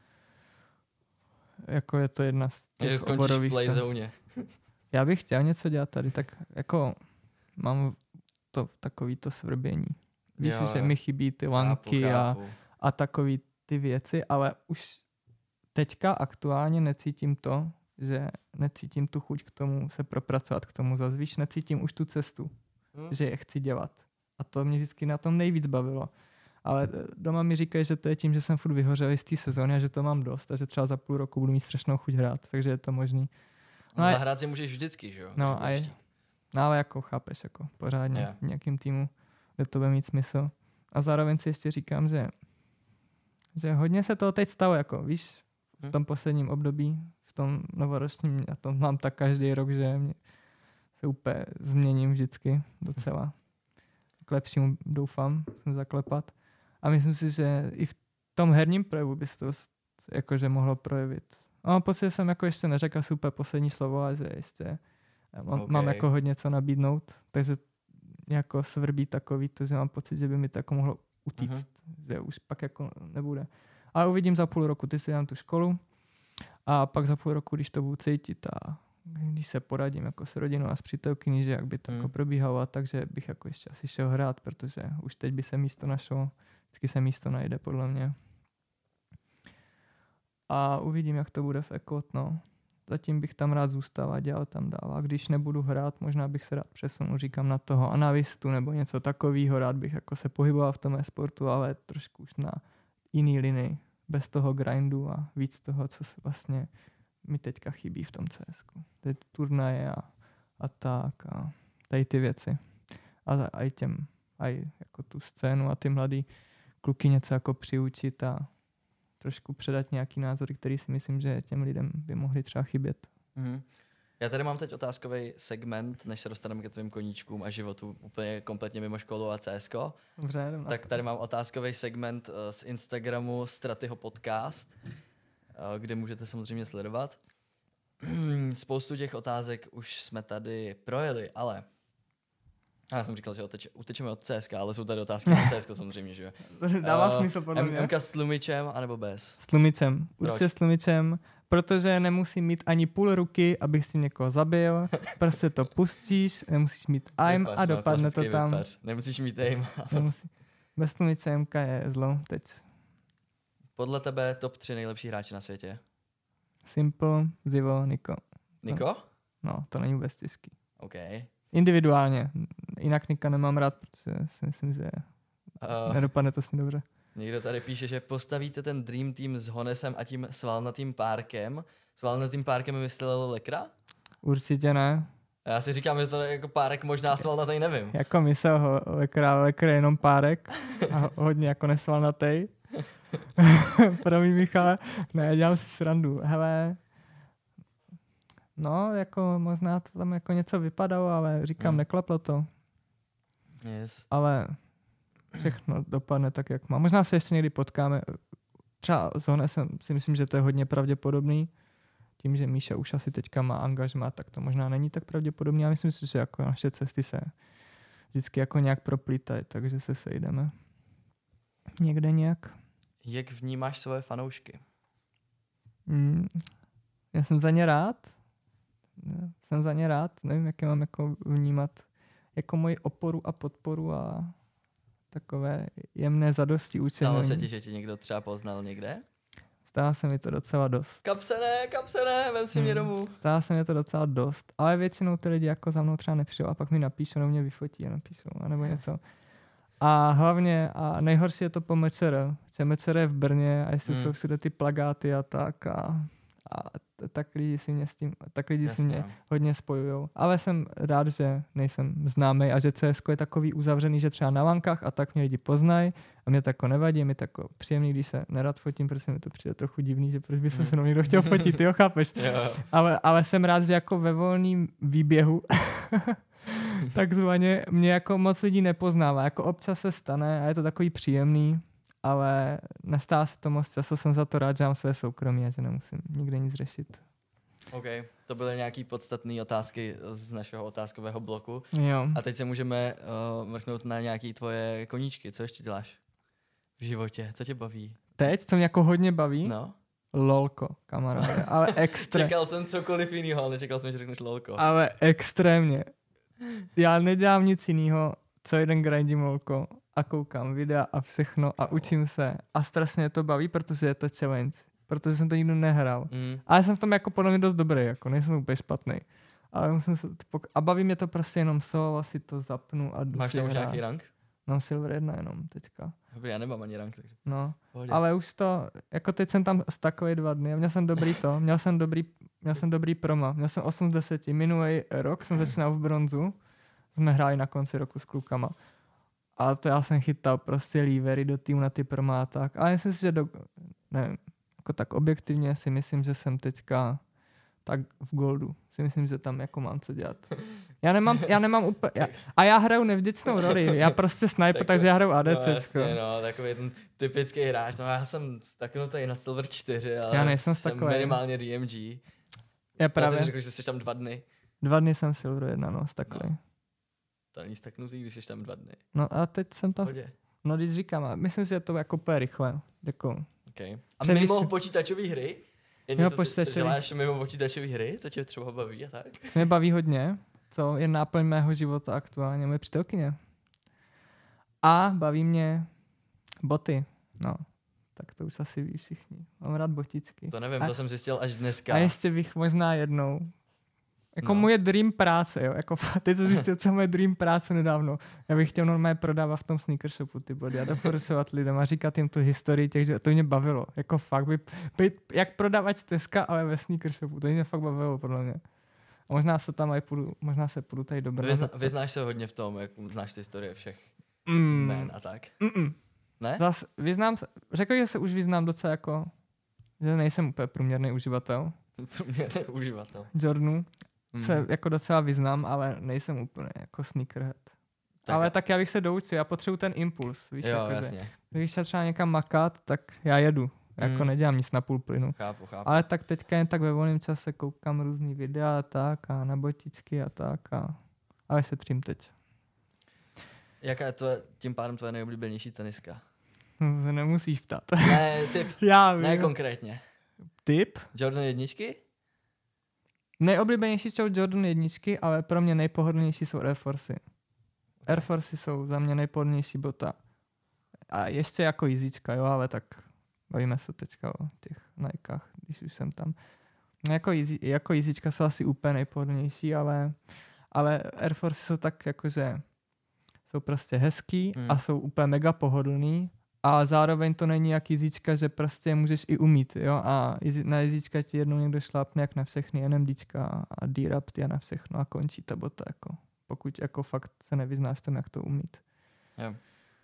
Speaker 2: jako je to jedna z těch
Speaker 1: je,
Speaker 2: oborových.
Speaker 1: V playzone.
Speaker 2: Já bych chtěl něco dělat tady, tak jako mám to takový to svrbění. Víš, jo, že jo. mi chybí ty lanky chápu, chápu. A, a takový ty věci, ale už teďka aktuálně necítím to, že necítím tu chuť k tomu se propracovat k tomu zase. Víš, necítím už tu cestu, hmm. že je chci dělat. A to mě vždycky na tom nejvíc bavilo. Ale doma mi říkají, že to je tím, že jsem furt vyhořel z té sezóny a že to mám dost a že třeba za půl roku budu mít strašnou chuť hrát, takže je to možný.
Speaker 1: No, no zahrát si můžeš vždycky, že jo?
Speaker 2: No, a je, no ale jako chápeš, jako pořádně yeah. v nějakým týmu, kde to bude mít smysl. A zároveň si ještě říkám, že, že hodně se toho teď stalo, jako víš, v tom posledním období, v tom novoročním, já to mám tak každý rok, že mě se úplně změním vždycky docela. K lepšímu doufám, jsem zaklepat. A myslím si, že i v tom herním projevu by se to jakože mohlo projevit. A mám pocit, že jsem jako ještě neřekl super poslední slovo, ale že ještě mám, okay. mám jako hodně co nabídnout, takže jako svrbí takový to, že mám pocit, že by mi to jako mohlo utíct, uh-huh. že už pak jako nebude. Ale uvidím za půl roku, ty si dám tu školu a pak za půl roku, když to budu cítit a když se poradím jako s rodinou a s přítelkyní, že jak by to hmm. jako probíhalo, takže bych jako ještě asi šel hrát, protože už teď by se místo našlo, vždycky se místo najde podle mě. A uvidím, jak to bude v Ekot, no. Zatím bych tam rád zůstal a dělal tam dál. A když nebudu hrát, možná bych se rád přesunul, říkám, na toho analystu nebo něco takového. Rád bych jako se pohyboval v tom e-sportu, ale trošku už na jiný linii. Bez toho grindu a víc toho, co se vlastně mi teďka chybí v tom C S ku. Ty turnaje a, a tak a tady ty věci. A, a i těm, a i jako tu scénu a ty mladý kluky něco jako přiučit a trošku předat nějaký názory, který si myslím, že těm lidem by mohli třeba chybět.
Speaker 1: Mm-hmm. Já tady mám teď otázkový segment, než se dostaneme ke tvým koníčkům a životu úplně kompletně mimo školu a C S ko.
Speaker 2: Dobře,
Speaker 1: tak tady mám otázkový segment z Instagramu Stratyho podcast, kde můžete samozřejmě sledovat. Spoustu těch otázek už jsme tady projeli, ale já jsem říkal, že oteč, utečeme od C S ka, ale jsou tady otázky na C S ko samozřejmě, že jo.
Speaker 2: Dává uh, smysl podle mě.
Speaker 1: M K s tlumičem, anebo bez?
Speaker 2: S tlumičem, určitě s tlumičem, protože nemusím mít ani půl ruky, abych si někoho zabil, prostě to pustíš, nemusíš mít aim vypař, a dopadne no, to tam.
Speaker 1: Vypař. Nemusíš mít aim.
Speaker 2: Nemusí. Bez tlumiče M K je zlo teď.
Speaker 1: Podle tebe top tři nejlepší hráči na světě?
Speaker 2: Simple, Zivo, Niko.
Speaker 1: Niko?
Speaker 2: No, to není vůbec těžký.
Speaker 1: OK.
Speaker 2: Individuálně. Jinak Nika nemám rád, protože si myslím, že uh, nedopadne to s ním dobře.
Speaker 1: Někdo tady píše, že postavíte ten Dream Team s Honesem a tím svalnatým párkem. Svalnatým párkem myslel Lekra?
Speaker 2: Určitě ne.
Speaker 1: Já si říkám, že to jako párek možná svalnatý, nevím.
Speaker 2: Jako myslel ho Lekra, Lekra je jenom párek a hodně jako nesvalnatý. Promiň, Michale. Ne, dělám si srandu. Hele, no, jako možná to tam jako něco vypadalo, ale říkám, hmm. neklaplo to.
Speaker 1: Yes.
Speaker 2: Ale všechno dopadne tak, jak má. Možná se ještě někdy potkáme. třeba z Honesem si myslím, že to je hodně pravděpodobný. Tím, že Míša už asi teďka má angažmá, tak to možná není tak pravděpodobný. Já myslím si, že jako naše cesty se vždycky jako nějak proplítají, takže se sejdeme někde nějak.
Speaker 1: Jak vnímáš svoje fanoušky?
Speaker 2: Mm, já jsem za ně rád. Jsem za ně rád. Nevím, jak je mám jako vnímat jako moji oporu a podporu a takové jemné zadosti učení.
Speaker 1: Stalo se ti, že ti někdo třeba poznal někde?
Speaker 2: Stává se mi to docela dost.
Speaker 1: Kam se ne, kam se ne, vem si mě
Speaker 2: Hmm.
Speaker 1: domů.
Speaker 2: Stává se mi to docela dost, ale většinou ty lidi jako za mnou třeba nepřijdou a pak mi napíšou, nebo mě vyfotí a napíšou, nebo něco. A hlavně, a nejhorší je to po Mečere. Mečere je v Brně a jestli
Speaker 1: Hmm.
Speaker 2: jsou všude ty plagáty a tak a, a t- tak lidi si mě s tím, tak lidi si mě
Speaker 1: Jasně.
Speaker 2: hodně spojujou. Ale jsem rád, že nejsem známý a že C S ko je takový uzavřený, že třeba na lankách a tak mě lidi poznají a mě to jako nevadí, je mi to jako příjemný, když se nerad fotím, protože mi to přijde trochu divný, že proč by se se mnou někdo chtěl fotit, ty jo, chápeš?
Speaker 1: Jo.
Speaker 2: Ale, ale jsem rád, že jako ve volném výběhu takzvaně mě jako moc lidí nepoznává. Jako občas se stane a je to takový příjemný, ale nestává se to moc často, jsem za to rád, že mám své soukromí a že nemusím nikde nic řešit.
Speaker 1: OK, to byly nějaký podstatné otázky z našeho otázkového bloku.
Speaker 2: Jo.
Speaker 1: A teď se můžeme uh, mrknout na nějaký tvoje koníčky. Co ještě děláš v životě? Co tě baví?
Speaker 2: Teď, co mě jako hodně baví,
Speaker 1: No,
Speaker 2: lolko, kamaráde, ale extré,
Speaker 1: čekal jsem cokoliv jiného, ale nečekal jsem, že řekneš lolko.
Speaker 2: ale extrémně. Já nedělám nic jiného, co jeden grindím lolko a koukám videa a všechno a učím se a strašně to baví, protože je to challenge, protože jsem to nikdy nehrál.
Speaker 1: Mm.
Speaker 2: Ale jsem v tom jako podle mě dost dobrý, jako nejsem úplně špatný. Ale musím se, a baví mě to prostě jenom solo, si to zapnu a jdu
Speaker 1: Máš
Speaker 2: si
Speaker 1: tam už
Speaker 2: hrát.
Speaker 1: nějaký rank?
Speaker 2: Mám Silver jedna jenom teďka.
Speaker 1: Dobrý, já nemám ani rank, takže
Speaker 2: No,
Speaker 1: pohodě.
Speaker 2: ale už to, jako teď jsem tam z takový dva dny, měl jsem dobrý to, měl jsem dobrý, měl jsem dobrý proma, měl jsem osm z deseti, minulý rok jsem začínal v bronzu, jsme hráli na konci roku s klukama. A to já jsem chytal prostě lívery do týmu na ty proma a tak. Ale myslím si, že do, nevím, jako tak objektivně si myslím, že jsem teďka tak v goldu. Si myslím, že tam jako mám co dělat. Já nemám, já nemám úplně, já, a já hraju nevděčnou roli, já prostě sniper,
Speaker 1: Tak-
Speaker 2: takže já hraju A D C.
Speaker 1: No jasně, no, takový ten typický hráč. No já jsem staknutý na Silver čtyři, ale
Speaker 2: Já nejsem
Speaker 1: jsem
Speaker 2: takovej.
Speaker 1: minimálně D M G.
Speaker 2: Já
Speaker 1: Právě.
Speaker 2: právě,
Speaker 1: Já jsi řekl, že jsi tam dva dny.
Speaker 2: dva dny jsem Silver jedna, no, takový.
Speaker 1: No. To není staknutý, když jsi tam dva dny.
Speaker 2: No a teď jsem tam,
Speaker 1: Pohodě.
Speaker 2: no když říkám, a myslím si, že to jako úplně rychle. Jako,
Speaker 1: Okay. A
Speaker 2: Přemýšlím-
Speaker 1: mimo počítačové hry? Je
Speaker 2: Mimo
Speaker 1: něco, co, co
Speaker 2: počítačový-
Speaker 1: děláš mimo počítačové hry? Co tě třeba baví a tak?
Speaker 2: co mě baví hodně, co je náplň mého života aktuálně, moje přítelkyně. A baví mě boty, no. Tak to už asi ví všichni. Mám rád botičky.
Speaker 1: To nevím,
Speaker 2: A-
Speaker 1: to jsem zjistil až dneska.
Speaker 2: A ještě bych možná jednou. Jako
Speaker 1: No.
Speaker 2: no. moje dream práce, jo. Jako teď jsem zjistil, co je moje dream práce nedávno. Já bych chtěl normálně prodávat v tom sneaker shopu ty body a doporučovat lidem a říkat jim tu historii těch, že to mě bavilo. Jako fakt by, být, jak prodávat teska, ale ve sneaker shopu. To mě fakt bavilo, podle mě. A možná se tam aj půjdu, možná se půjdu tady do Brna.
Speaker 1: Vyzna, vyznáš se hodně v tom, jak znáš ty historie všech
Speaker 2: Mm.
Speaker 1: jmén a tak.
Speaker 2: Mm-mm.
Speaker 1: Ne?
Speaker 2: Zas vyznám se, řekl, že se už vyznám docela jako, že nejsem úplně průměrný uživatel
Speaker 1: Průměrný uživatel.
Speaker 2: Jordanu.
Speaker 1: Mhm.
Speaker 2: Se jako docela vyznám, ale nejsem úplně jako sneakerhead.
Speaker 1: Tak
Speaker 2: ale
Speaker 1: a-
Speaker 2: tak já bych se doučil, já potřebuji ten impuls, víš,
Speaker 1: Jo,
Speaker 2: jako, že
Speaker 1: jasně.
Speaker 2: když se třeba někam makat, tak já jedu, jako
Speaker 1: Mm.
Speaker 2: nedělám nic na půl plynu.
Speaker 1: Chápu, chápu.
Speaker 2: Ale tak teďka jen tak ve volném čase koukám různý videa a tak a na botičky a tak a ale se třím teď.
Speaker 1: Jaká je to tím pádem tvoje nejoblíbenější teniska?
Speaker 2: Se nemusíš ptát.
Speaker 1: Ne, typ.
Speaker 2: já vím.
Speaker 1: Ne konkrétně.
Speaker 2: Tip?
Speaker 1: Jordan jedničky?
Speaker 2: Nejoblíbenější jsou Jordan jedničky, ale pro mě nejpohodlnější jsou Air Forcey. Air Forcey jsou za mě nejpohodlnější bota. A ještě jako jízíčka, jo, ale tak bavíme se teďka o těch Nikách, když už jsem tam. No jako, jízí, jako jízíčka jsou asi úplně nejpohodlnější, ale, ale Air Forcey jsou tak jakože jsou prostě hezký
Speaker 1: Hmm.
Speaker 2: a jsou úplně mega pohodlný. A zároveň to není jak jízíčka, že prostě můžeš i umít, jo, a jízí, na jízíčka ti jednou někdo šlápne jak na všechny NMDčka a D-Rapty a na všechno a končí ta bota, jako, pokud jako fakt se nevyznáš tom, jak to umít.
Speaker 1: Jo.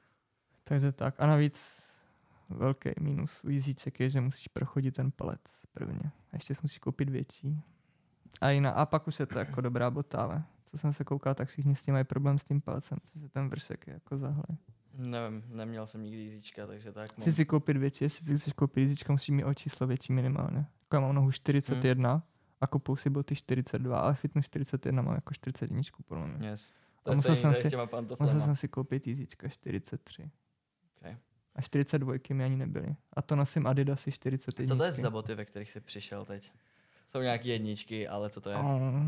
Speaker 2: Takže tak. A navíc velký mínus u jízíček je, že musíš prochodit ten palec prvně. A ještě si musíš koupit větší. A, jiná, a pak už je to jako dobrá bota, ale co jsem se koukal, tak všichni s tím mají problém s tím palcem, co se ten vršek je jako zahle.
Speaker 1: Nevím, neměl jsem nikdy jízíčka, takže tak.
Speaker 2: Chci si koupit větší, jestli si chceš koupit jízíčka, musíš mít o číslo větší minimálně. Jako já mám nohu čtyřicet jedna hmm. a koupil si boty čtyřicet dva, ale fitness čtyřicet jedna mám jako čtyřicet jedna podle mě.
Speaker 1: Yes.
Speaker 2: A musel, jsem si, musel jsem si koupit jízíčka čtyřicet tři.
Speaker 1: Okay.
Speaker 2: A čtyřicet dva mi ani nebyly. A to nosím Adidasy čtyřicet jedna.
Speaker 1: Co to je za boty, ve kterých jsi přišel teď? Jsou nějaký jedničky, ale co to je?
Speaker 2: Oh.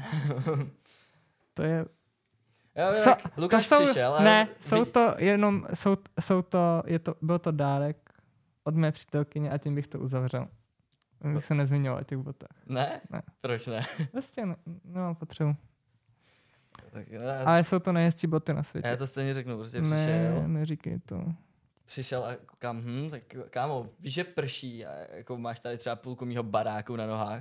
Speaker 2: To je...
Speaker 1: Jo, so, Lukáš
Speaker 2: to jsou,
Speaker 1: přišel. A
Speaker 2: ne,
Speaker 1: vy...
Speaker 2: jsou to jenom, jsou, jsou to, je to, byl to dárek od mé přítelkyně a tím bych to uzavřel. Bych se nezmiňoval o těch botách.
Speaker 1: Ne?
Speaker 2: Ne.
Speaker 1: Proč ne?
Speaker 2: Vlastně ne, nemám potřebu.
Speaker 1: Tak, ne.
Speaker 2: Ale jsou to nejhezčí boty na světě.
Speaker 1: Já to stejně řeknu, prostě
Speaker 2: ne,
Speaker 1: přišel.
Speaker 2: neříkej to.
Speaker 1: Přišel a kam, hm, tak kámo, víš, že prší a jako máš tady třeba půlku mýho baráku na nohách.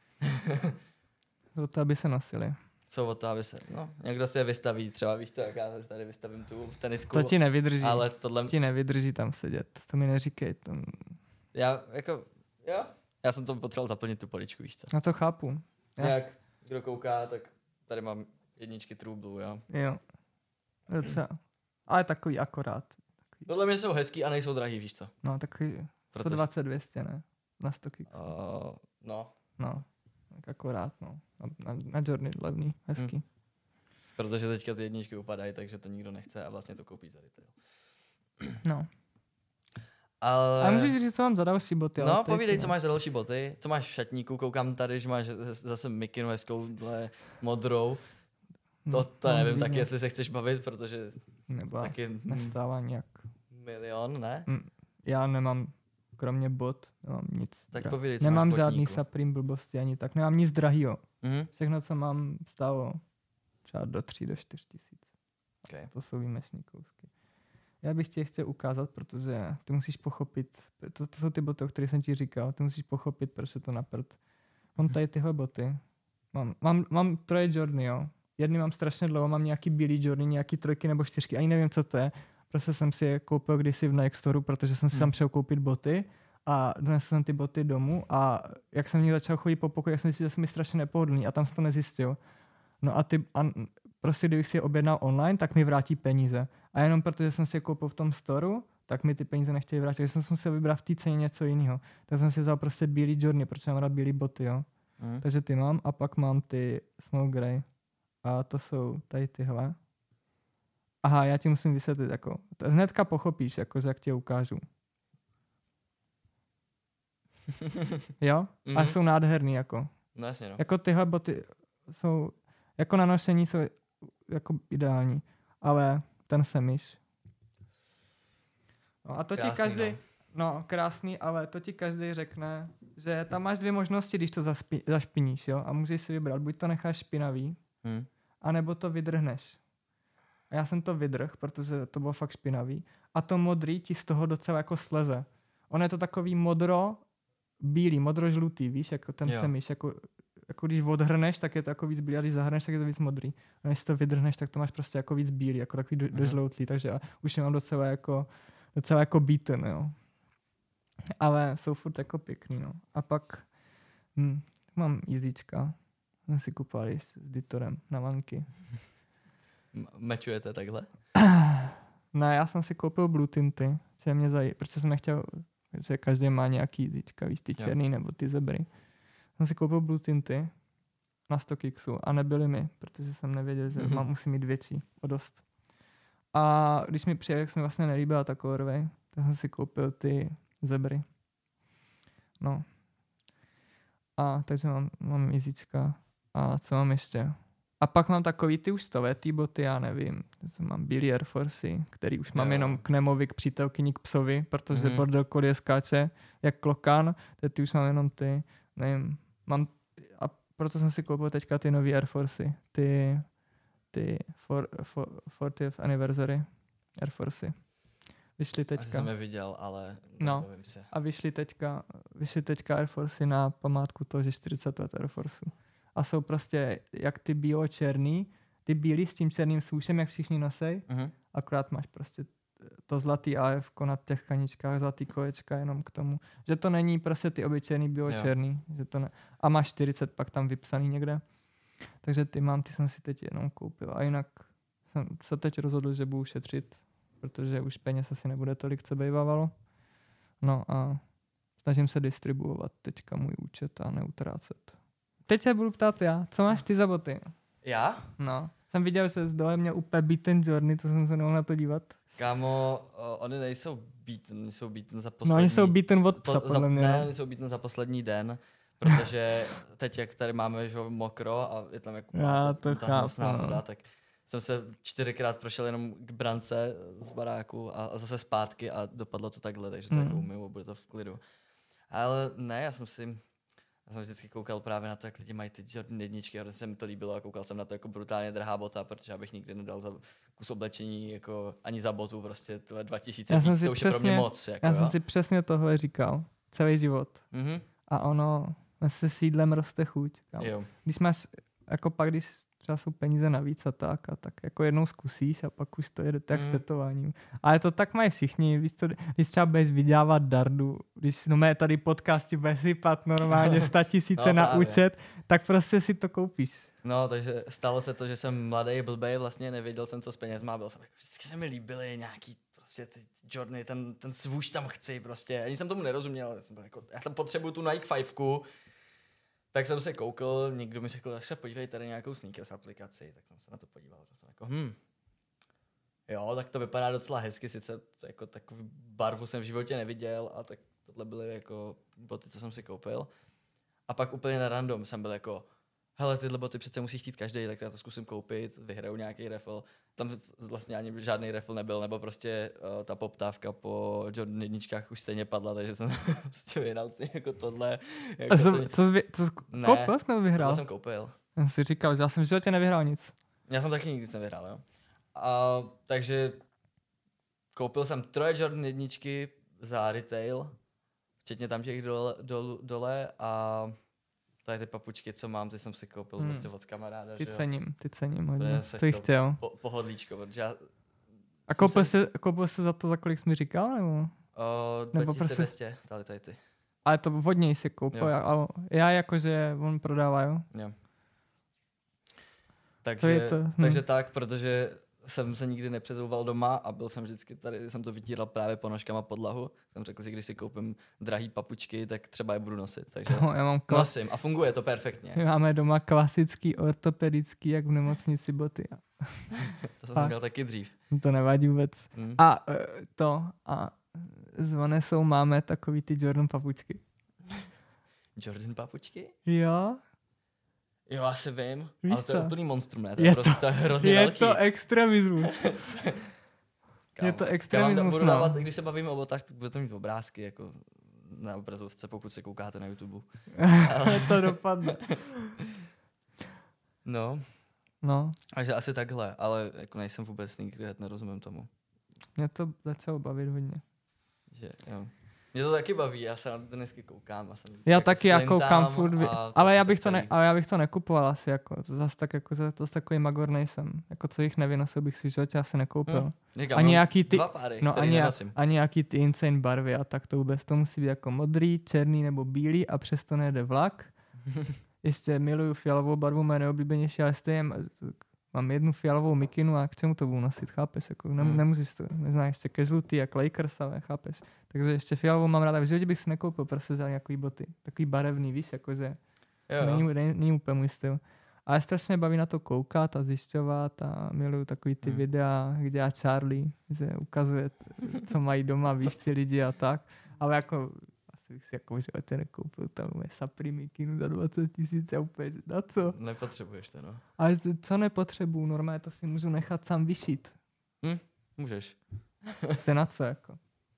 Speaker 2: Za to, aby se nosili.
Speaker 1: Co o to, aby se, no, někdo si je vystaví, třeba víš to, jak já tady vystavím tu tenisku.
Speaker 2: To ti nevydrží,
Speaker 1: ale tohle...
Speaker 2: ti nevydrží tam sedět, to mi neříkej. To...
Speaker 1: Já, jako, jo, já jsem to potřeboval zaplnit tu poličku, víš co.
Speaker 2: Já to chápu. Já
Speaker 1: Jak, s... kdo kouká, tak tady mám jedničky True Blue, jo.
Speaker 2: Jo, docela. Ale takový akorát. Takový.
Speaker 1: Podle mě jsou hezký a nejsou drahý, víš co.
Speaker 2: No, takový sto dvacet dvě stě, ne? Na sto kiksů.
Speaker 1: Uh, no.
Speaker 2: No. Tak akorát, no. Na, na, na Journey levný, hezký. Hmm.
Speaker 1: Protože teďka ty jedničky upadají, takže to nikdo nechce a vlastně to koupíš za retail.
Speaker 2: No.
Speaker 1: Ale...
Speaker 2: A můžeš říct, co mám za další boty.
Speaker 1: No, povídej, co máš za další boty. Co máš v šatníku? Koukám tady, že máš zase mikinu hezkou modrou. To, to no, nevím taky, jestli se chceš bavit, protože
Speaker 2: nebo
Speaker 1: taky
Speaker 2: nestává nějak.
Speaker 1: Milion, ne?
Speaker 2: Já nemám, kromě bot, nemám nic.
Speaker 1: Tak povídej, co
Speaker 2: nemám
Speaker 1: máš
Speaker 2: žádný Supreme blbosti ani tak, nemám nic drahýho.
Speaker 1: Mm-hmm.
Speaker 2: Všechno, co mám, stálo třeba do tři, do čtyř tisíc.
Speaker 1: Okay.
Speaker 2: To jsou výjimečné kousky. Já bych ti chtěl ukázat, protože ty musíš pochopit, to, to jsou ty boty, o kterých jsem ti říkal, ty musíš pochopit, proč je to na prd. Mám tady tyhle boty, mám, mám, mám troje Jorny, jo. Jedny mám strašně dlouho, mám nějaký bílý Jorny, nějaký trojky nebo čtyřky, ani nevím, co to je. Prostě jsem si je koupil kdysi v Nike Storeu, protože jsem si hmm. tam přijel koupit boty a donesl jsem ty boty domů a jak jsem v nich začal chodit po pokoji, jak jsem zjistil, že jsem mi strašně nepohodlný a tam jsem to nezjistil. No a ty, a prostě kdybych si je objednal online, tak mi vrátí peníze. A jenom protože jsem si je koupil v tom storu, tak mi ty peníze nechtěli vrátit. Takže jsem si vybral v té ceně něco jiného. Tak jsem si vzal prostě bílý Jorny, protože mám rád bílý boty, jo. Hmm. Takže ty mám a pak mám ty Small Grey. A to jsou tady tyhle. Aha, já ti musím vysvětlit, jako, to hnedka pochopíš, jako, jak ti ukážu. Jo? Mm-hmm. A jsou nádherný, jako.
Speaker 1: No jasně, no.
Speaker 2: Jako tyhle boty jsou, jako na nošení jsou jako ideální, ale ten semiš. No a to krásný, ti každý, no. no krásný, ale to ti každý řekne, že tam máš dvě možnosti, když to zaspi, zašpiníš, jo, a můžeš si vybrat, buď to necháš špinavý, hmm. anebo to vydrhneš. A já jsem to vydrh, protože to bylo fakt špinavý. A to modrý ti z toho docela jako sleze. On je to takový modro, bílý, modro-žlutý, víš, jako ten semiš, jako, jako když odhrneš, tak je to jako víc bílý, a když zahrneš, tak je to víc modrý. A když to vydrhneš, tak to máš prostě jako víc bílý, jako takový do, dožloutlý, takže já už je mám docela jako, docela jako beaten, jo. Ale jsou furt jako pěkný, no. A pak hm, mám jízíčka. Jsem si kupovali s, s Ditorem na lanky.
Speaker 1: Mečujete takhle?
Speaker 2: Ne, já jsem si koupil Blue Tinty, co mě zají, protože jsem nechtěl, že každý má nějaký jízíčka, víš, ty černý nebo ty zebry. Jsem si koupil Blue Tinty na sto kiksů a nebyly mi, protože jsem nevěděl, že mám, musím mít větší o dost. A když mi přijel, jak se mi vlastně nelíbila ta colorway, tak jsem si koupil ty zebry. No. A takže mám, mám jízíčka. A co mám ještě? A pak mám takový ty už stoletý boty, já nevím. Mám bílý Air Forcey, který už mám jo. jenom k Nemovi, k přítelkyni, k psovi, protože mm. bordel kolie skáče jak klokan. Teď ty už mám jenom ty, nevím, mám, a proto jsem si koupil teďka ty nový Air Forcey, ty, ty for, for, fortieth anniversary Air Forcey. Vyšli teďka.
Speaker 1: Asi jsem je viděl, ale
Speaker 2: no. Se. A vyšli teďka, vyšli teďka Air Forcey na památku toho, že čtyřicet let Air Forceu. A jsou prostě jak ty bílo-černý, ty bílý s tím černým svůšem, jak všichni nosej, uh-huh. akorát máš prostě to zlatý á efko na těch kaničkách, zlatý kolečka jenom k tomu. Že to není prostě ty obyčejný bílo-černý. Že to ne... A máš čtyřicet pak tam vypsaný někde. Takže ty mám, ty jsem si teď jenom koupil. A jinak jsem se teď rozhodl, že budu šetřit protože už peněz asi nebude tolik, co bývávalo. No a snažím se distribuovat teďka můj účet a neutrácet. Teď se budu ptát já, co máš ty za boty?
Speaker 1: Já?
Speaker 2: No, jsem viděl, že z dole měl úplně beaten Jorny, to jsem se nemohl na to dívat.
Speaker 1: Kámo, o, oni nejsou beaten, oni jsou beaten za poslední...
Speaker 2: No, oni jsou beaten od psa,
Speaker 1: po,
Speaker 2: podle
Speaker 1: za,
Speaker 2: mě.
Speaker 1: Ne, oni jsou beaten za poslední den, protože teď, jak tady máme že, mokro a je tam jako
Speaker 2: Já to
Speaker 1: ta
Speaker 2: chápu,
Speaker 1: hnusná
Speaker 2: no.
Speaker 1: voda, tak jsem se čtyřikrát prošel jenom k brance z baráku a, a zase zpátky a dopadlo to takhle, takže to
Speaker 2: Mm.
Speaker 1: jako umyju, bude to v klidu. Ale ne, já jsem si... Já jsem vždycky koukal právě na to, jak lidi mají ty Jordan jedničky a se mi to líbilo a koukal jsem na to jako brutálně drahá bota, protože abych nikdy nedal za kus oblečení jako ani za botu, prostě to dva tisíce
Speaker 2: Já jsem
Speaker 1: víc,
Speaker 2: si
Speaker 1: to už je pro mě
Speaker 2: přesně-
Speaker 1: moc. Jako,
Speaker 2: Já
Speaker 1: jo?
Speaker 2: jsem si přesně tohle říkal, celý život.
Speaker 1: Mhm.
Speaker 2: A ono, se sídlem roste chuť. Kámo.
Speaker 1: Jo.
Speaker 2: Když máš, jako pak, když třeba jsou peníze navíc a tak, a tak jako jednou zkusíš a pak už to jede tak
Speaker 1: Mm.
Speaker 2: s tetováním. Ale to tak mají všichni, víš to, když třeba budeš vydělávat dardu, když no mé tady podcasti bude sypat normálně sta tisíce
Speaker 1: No,
Speaker 2: na
Speaker 1: právě.
Speaker 2: účet, tak prostě si to koupíš.
Speaker 1: No, takže stalo se to, že jsem mladý, blbej, vlastně nevěděl jsem, co s penězma, byl jsem jako, vždycky se mi líbily nějaký prostě ty Jordany, ten, ten svůž tam chci prostě, ani jsem tomu nerozuměl, já jsem byl jako, já tam potřebuju tu Nike fivku, tak jsem se koukal, někdo mi řekl, že podívej tady nějakou sneakers aplikaci, tak jsem se na to podíval, že jsem jako, hm, jo, tak to vypadá docela hezky, sice to jako takovou barvu jsem v životě neviděl, a tak tohle byly jako boty, co jsem si koupil. A pak úplně na random jsem byl jako, hele, tyhle boty přece musí chtít každý, tak já to zkusím koupit, vyhraju nějaký raffle. Tam vlastně ani žádný raffle nebyl, nebo prostě uh, ta poptávka po Jordan jedničkách už stejně padla, takže jsem prostě vyhrál ty, jako tohle. Jako
Speaker 2: A jsem,
Speaker 1: to,
Speaker 2: co jsi, co jsi
Speaker 1: Ne,
Speaker 2: koupil, jsi nebo vyhrál?
Speaker 1: tohle jsem koupil.
Speaker 2: Já jsem si říkal, že já jsem v životě nevyhrál nic.
Speaker 1: Já jsem taky nikdy nevyhrál, jo. A, takže koupil jsem troje Jordan jedničky za retail, včetně tam těch dole, dole, dole a tady ty papučky, co mám, ty jsem si koupil
Speaker 2: Hmm.
Speaker 1: hmm. prostě od kamaráda,
Speaker 2: Ty
Speaker 1: že jo.
Speaker 2: cením, ty cením
Speaker 1: To
Speaker 2: hodně.
Speaker 1: je se
Speaker 2: To jich
Speaker 1: chtěl.
Speaker 2: chtěl.
Speaker 1: Po, pohodlíčko, protože já...
Speaker 2: A koupil jsi, koupil jsi za to, za kolik jsi mi říkal, nebo?
Speaker 1: O,
Speaker 2: Nebo
Speaker 1: dvacet dvě stě
Speaker 2: prostě-
Speaker 1: stály tady ty.
Speaker 2: Ale to vodněj si koupil,
Speaker 1: Jo.
Speaker 2: já, ale já jakože on prodává, jo?
Speaker 1: Jo. Takže,
Speaker 2: To je to, hm.
Speaker 1: takže tak, protože jsem se nikdy nepřezouval doma a byl jsem vždycky tady, jsem to vytíral právě ponožkama podlahu. Jsem řekl si, když si koupím drahý papučky, tak třeba je budu nosit. Takže
Speaker 2: No, já mám klas-
Speaker 1: nosím a funguje to perfektně.
Speaker 2: my máme doma klasický ortopedický, jak v nemocnici boty.
Speaker 1: To jsem
Speaker 2: Fakt.
Speaker 1: měl taky dřív.
Speaker 2: To nevadí vůbec.
Speaker 1: Hm.
Speaker 2: A eh, to, a s Vanessou máme takový ty Jordan papučky.
Speaker 1: Jordan papučky?
Speaker 2: Jo,
Speaker 1: Jo, asi vím,
Speaker 2: Víš
Speaker 1: ale to je
Speaker 2: co?
Speaker 1: úplný monstrum, ne? To je,
Speaker 2: Je
Speaker 1: prostě, to je hrozně
Speaker 2: je
Speaker 1: velký.
Speaker 2: to extremismus.
Speaker 1: Kámo,
Speaker 2: je to
Speaker 1: já vám
Speaker 2: extremismus,
Speaker 1: budu
Speaker 2: no.
Speaker 1: dávat, když se bavíme o botách, tak budete mít obrázky jako na obrazovce, pokud se koukáte na YouTube.
Speaker 2: To dopadne.
Speaker 1: No,
Speaker 2: No,
Speaker 1: takže asi takhle, ale jako nejsem vůbec sneakerhead, nerozumím tomu.
Speaker 2: mě to začalo bavit hodně.
Speaker 1: Že, jo. Mě to taky baví, já se na to dnesky koukám. A jsem
Speaker 2: Já
Speaker 1: jako
Speaker 2: taky, já
Speaker 1: slintám
Speaker 2: koukám furt, vy...
Speaker 1: a to-
Speaker 2: ale, já
Speaker 1: to
Speaker 2: bych to ne,
Speaker 1: celý.
Speaker 2: ale já bych to nekupoval asi, jako, to zase tak, jako, za- to zase takový magor nejsem. Jako co jich nevynosil bych si v životě asi nekoupil.
Speaker 1: Hm, Říkám,
Speaker 2: A
Speaker 1: mám
Speaker 2: nějaký ty,
Speaker 1: dva páry,
Speaker 2: no
Speaker 1: který
Speaker 2: ani,
Speaker 1: nenosím.
Speaker 2: ani nějaký ty insane barvy a tak to vůbec, to musí být jako modrý, černý nebo bílý a přesto nejde vlak. Ještě miluju fialovou barvu, moje nejoblíbenější, ale stejně mám jednu fialovou mikinu a k čemu to budu nosit, chápeš? Jako, ne,
Speaker 1: Hmm.
Speaker 2: Nemusíš to, neznáš, ještě ke žlutý, jak Lakers, ale chápeš? Takže ještě fialovou mám ráda, v životě bych si nekoupil prostě za nějaký boty, takový barevný, víš, jakože
Speaker 1: Jo,
Speaker 2: není,
Speaker 1: jo.
Speaker 2: není, není úplně můj styl. Ale strašně baví na to koukat a zjišťovat a miluju takový ty
Speaker 1: Hmm.
Speaker 2: videa, kde dělá Charlie, že ukazuje, co mají doma, víš, ty lidi a tak. Ale jako, asi bych si jako v životě nekoupil tam moje Sapri mikinu za dvacet tisíc a úplně, na co?
Speaker 1: Nepotřebuješ to, no.
Speaker 2: Ale to- co nepotřebuju, normálně to si můžu nechat sám vyšít.
Speaker 1: Můžeš.
Speaker 2: Se na co, jako.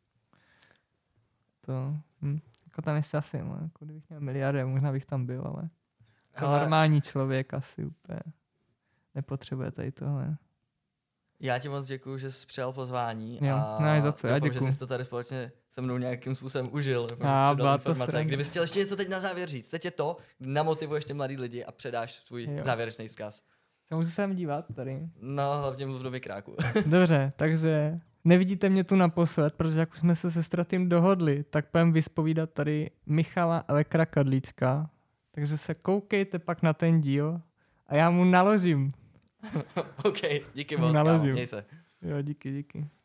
Speaker 2: To, hm. Jako tam ještě asi, no, jako kdybych měl miliardy, možná bych tam byl, ale jako
Speaker 1: Hele,
Speaker 2: normální člověk asi úplně nepotřebuje tady tohle.
Speaker 1: já ti moc děkuju, že jsi přijal pozvání
Speaker 2: Jo,
Speaker 1: a
Speaker 2: ne, za co, já
Speaker 1: doufám,
Speaker 2: děkuju.
Speaker 1: že jsi to tady společně se mnou nějakým způsobem užil. Doufám,
Speaker 2: A,
Speaker 1: že jsi
Speaker 2: byla
Speaker 1: předal
Speaker 2: to
Speaker 1: informace.
Speaker 2: sranda.
Speaker 1: Kdybys chtěl ještě něco teď na závěr říct, teď je to, kdy namotivuješ ty mladý lidi a předáš svůj
Speaker 2: Jo.
Speaker 1: závěrečný vzkaz.
Speaker 2: Se můžu se tam dívat tady.
Speaker 1: No, hlavně mluv do mikráku.
Speaker 2: Dobře, takže nevidíte mě tu naposled, protože jak už jsme se se Stratým dohodli, tak půjdem vyspovídat tady Michala Elekra Kadlíčka. Takže se koukejte pak na ten díl a já mu naložím.
Speaker 1: OK, díky moc, kámo,
Speaker 2: Nalezím.
Speaker 1: měj se.
Speaker 2: Jo, díky, díky.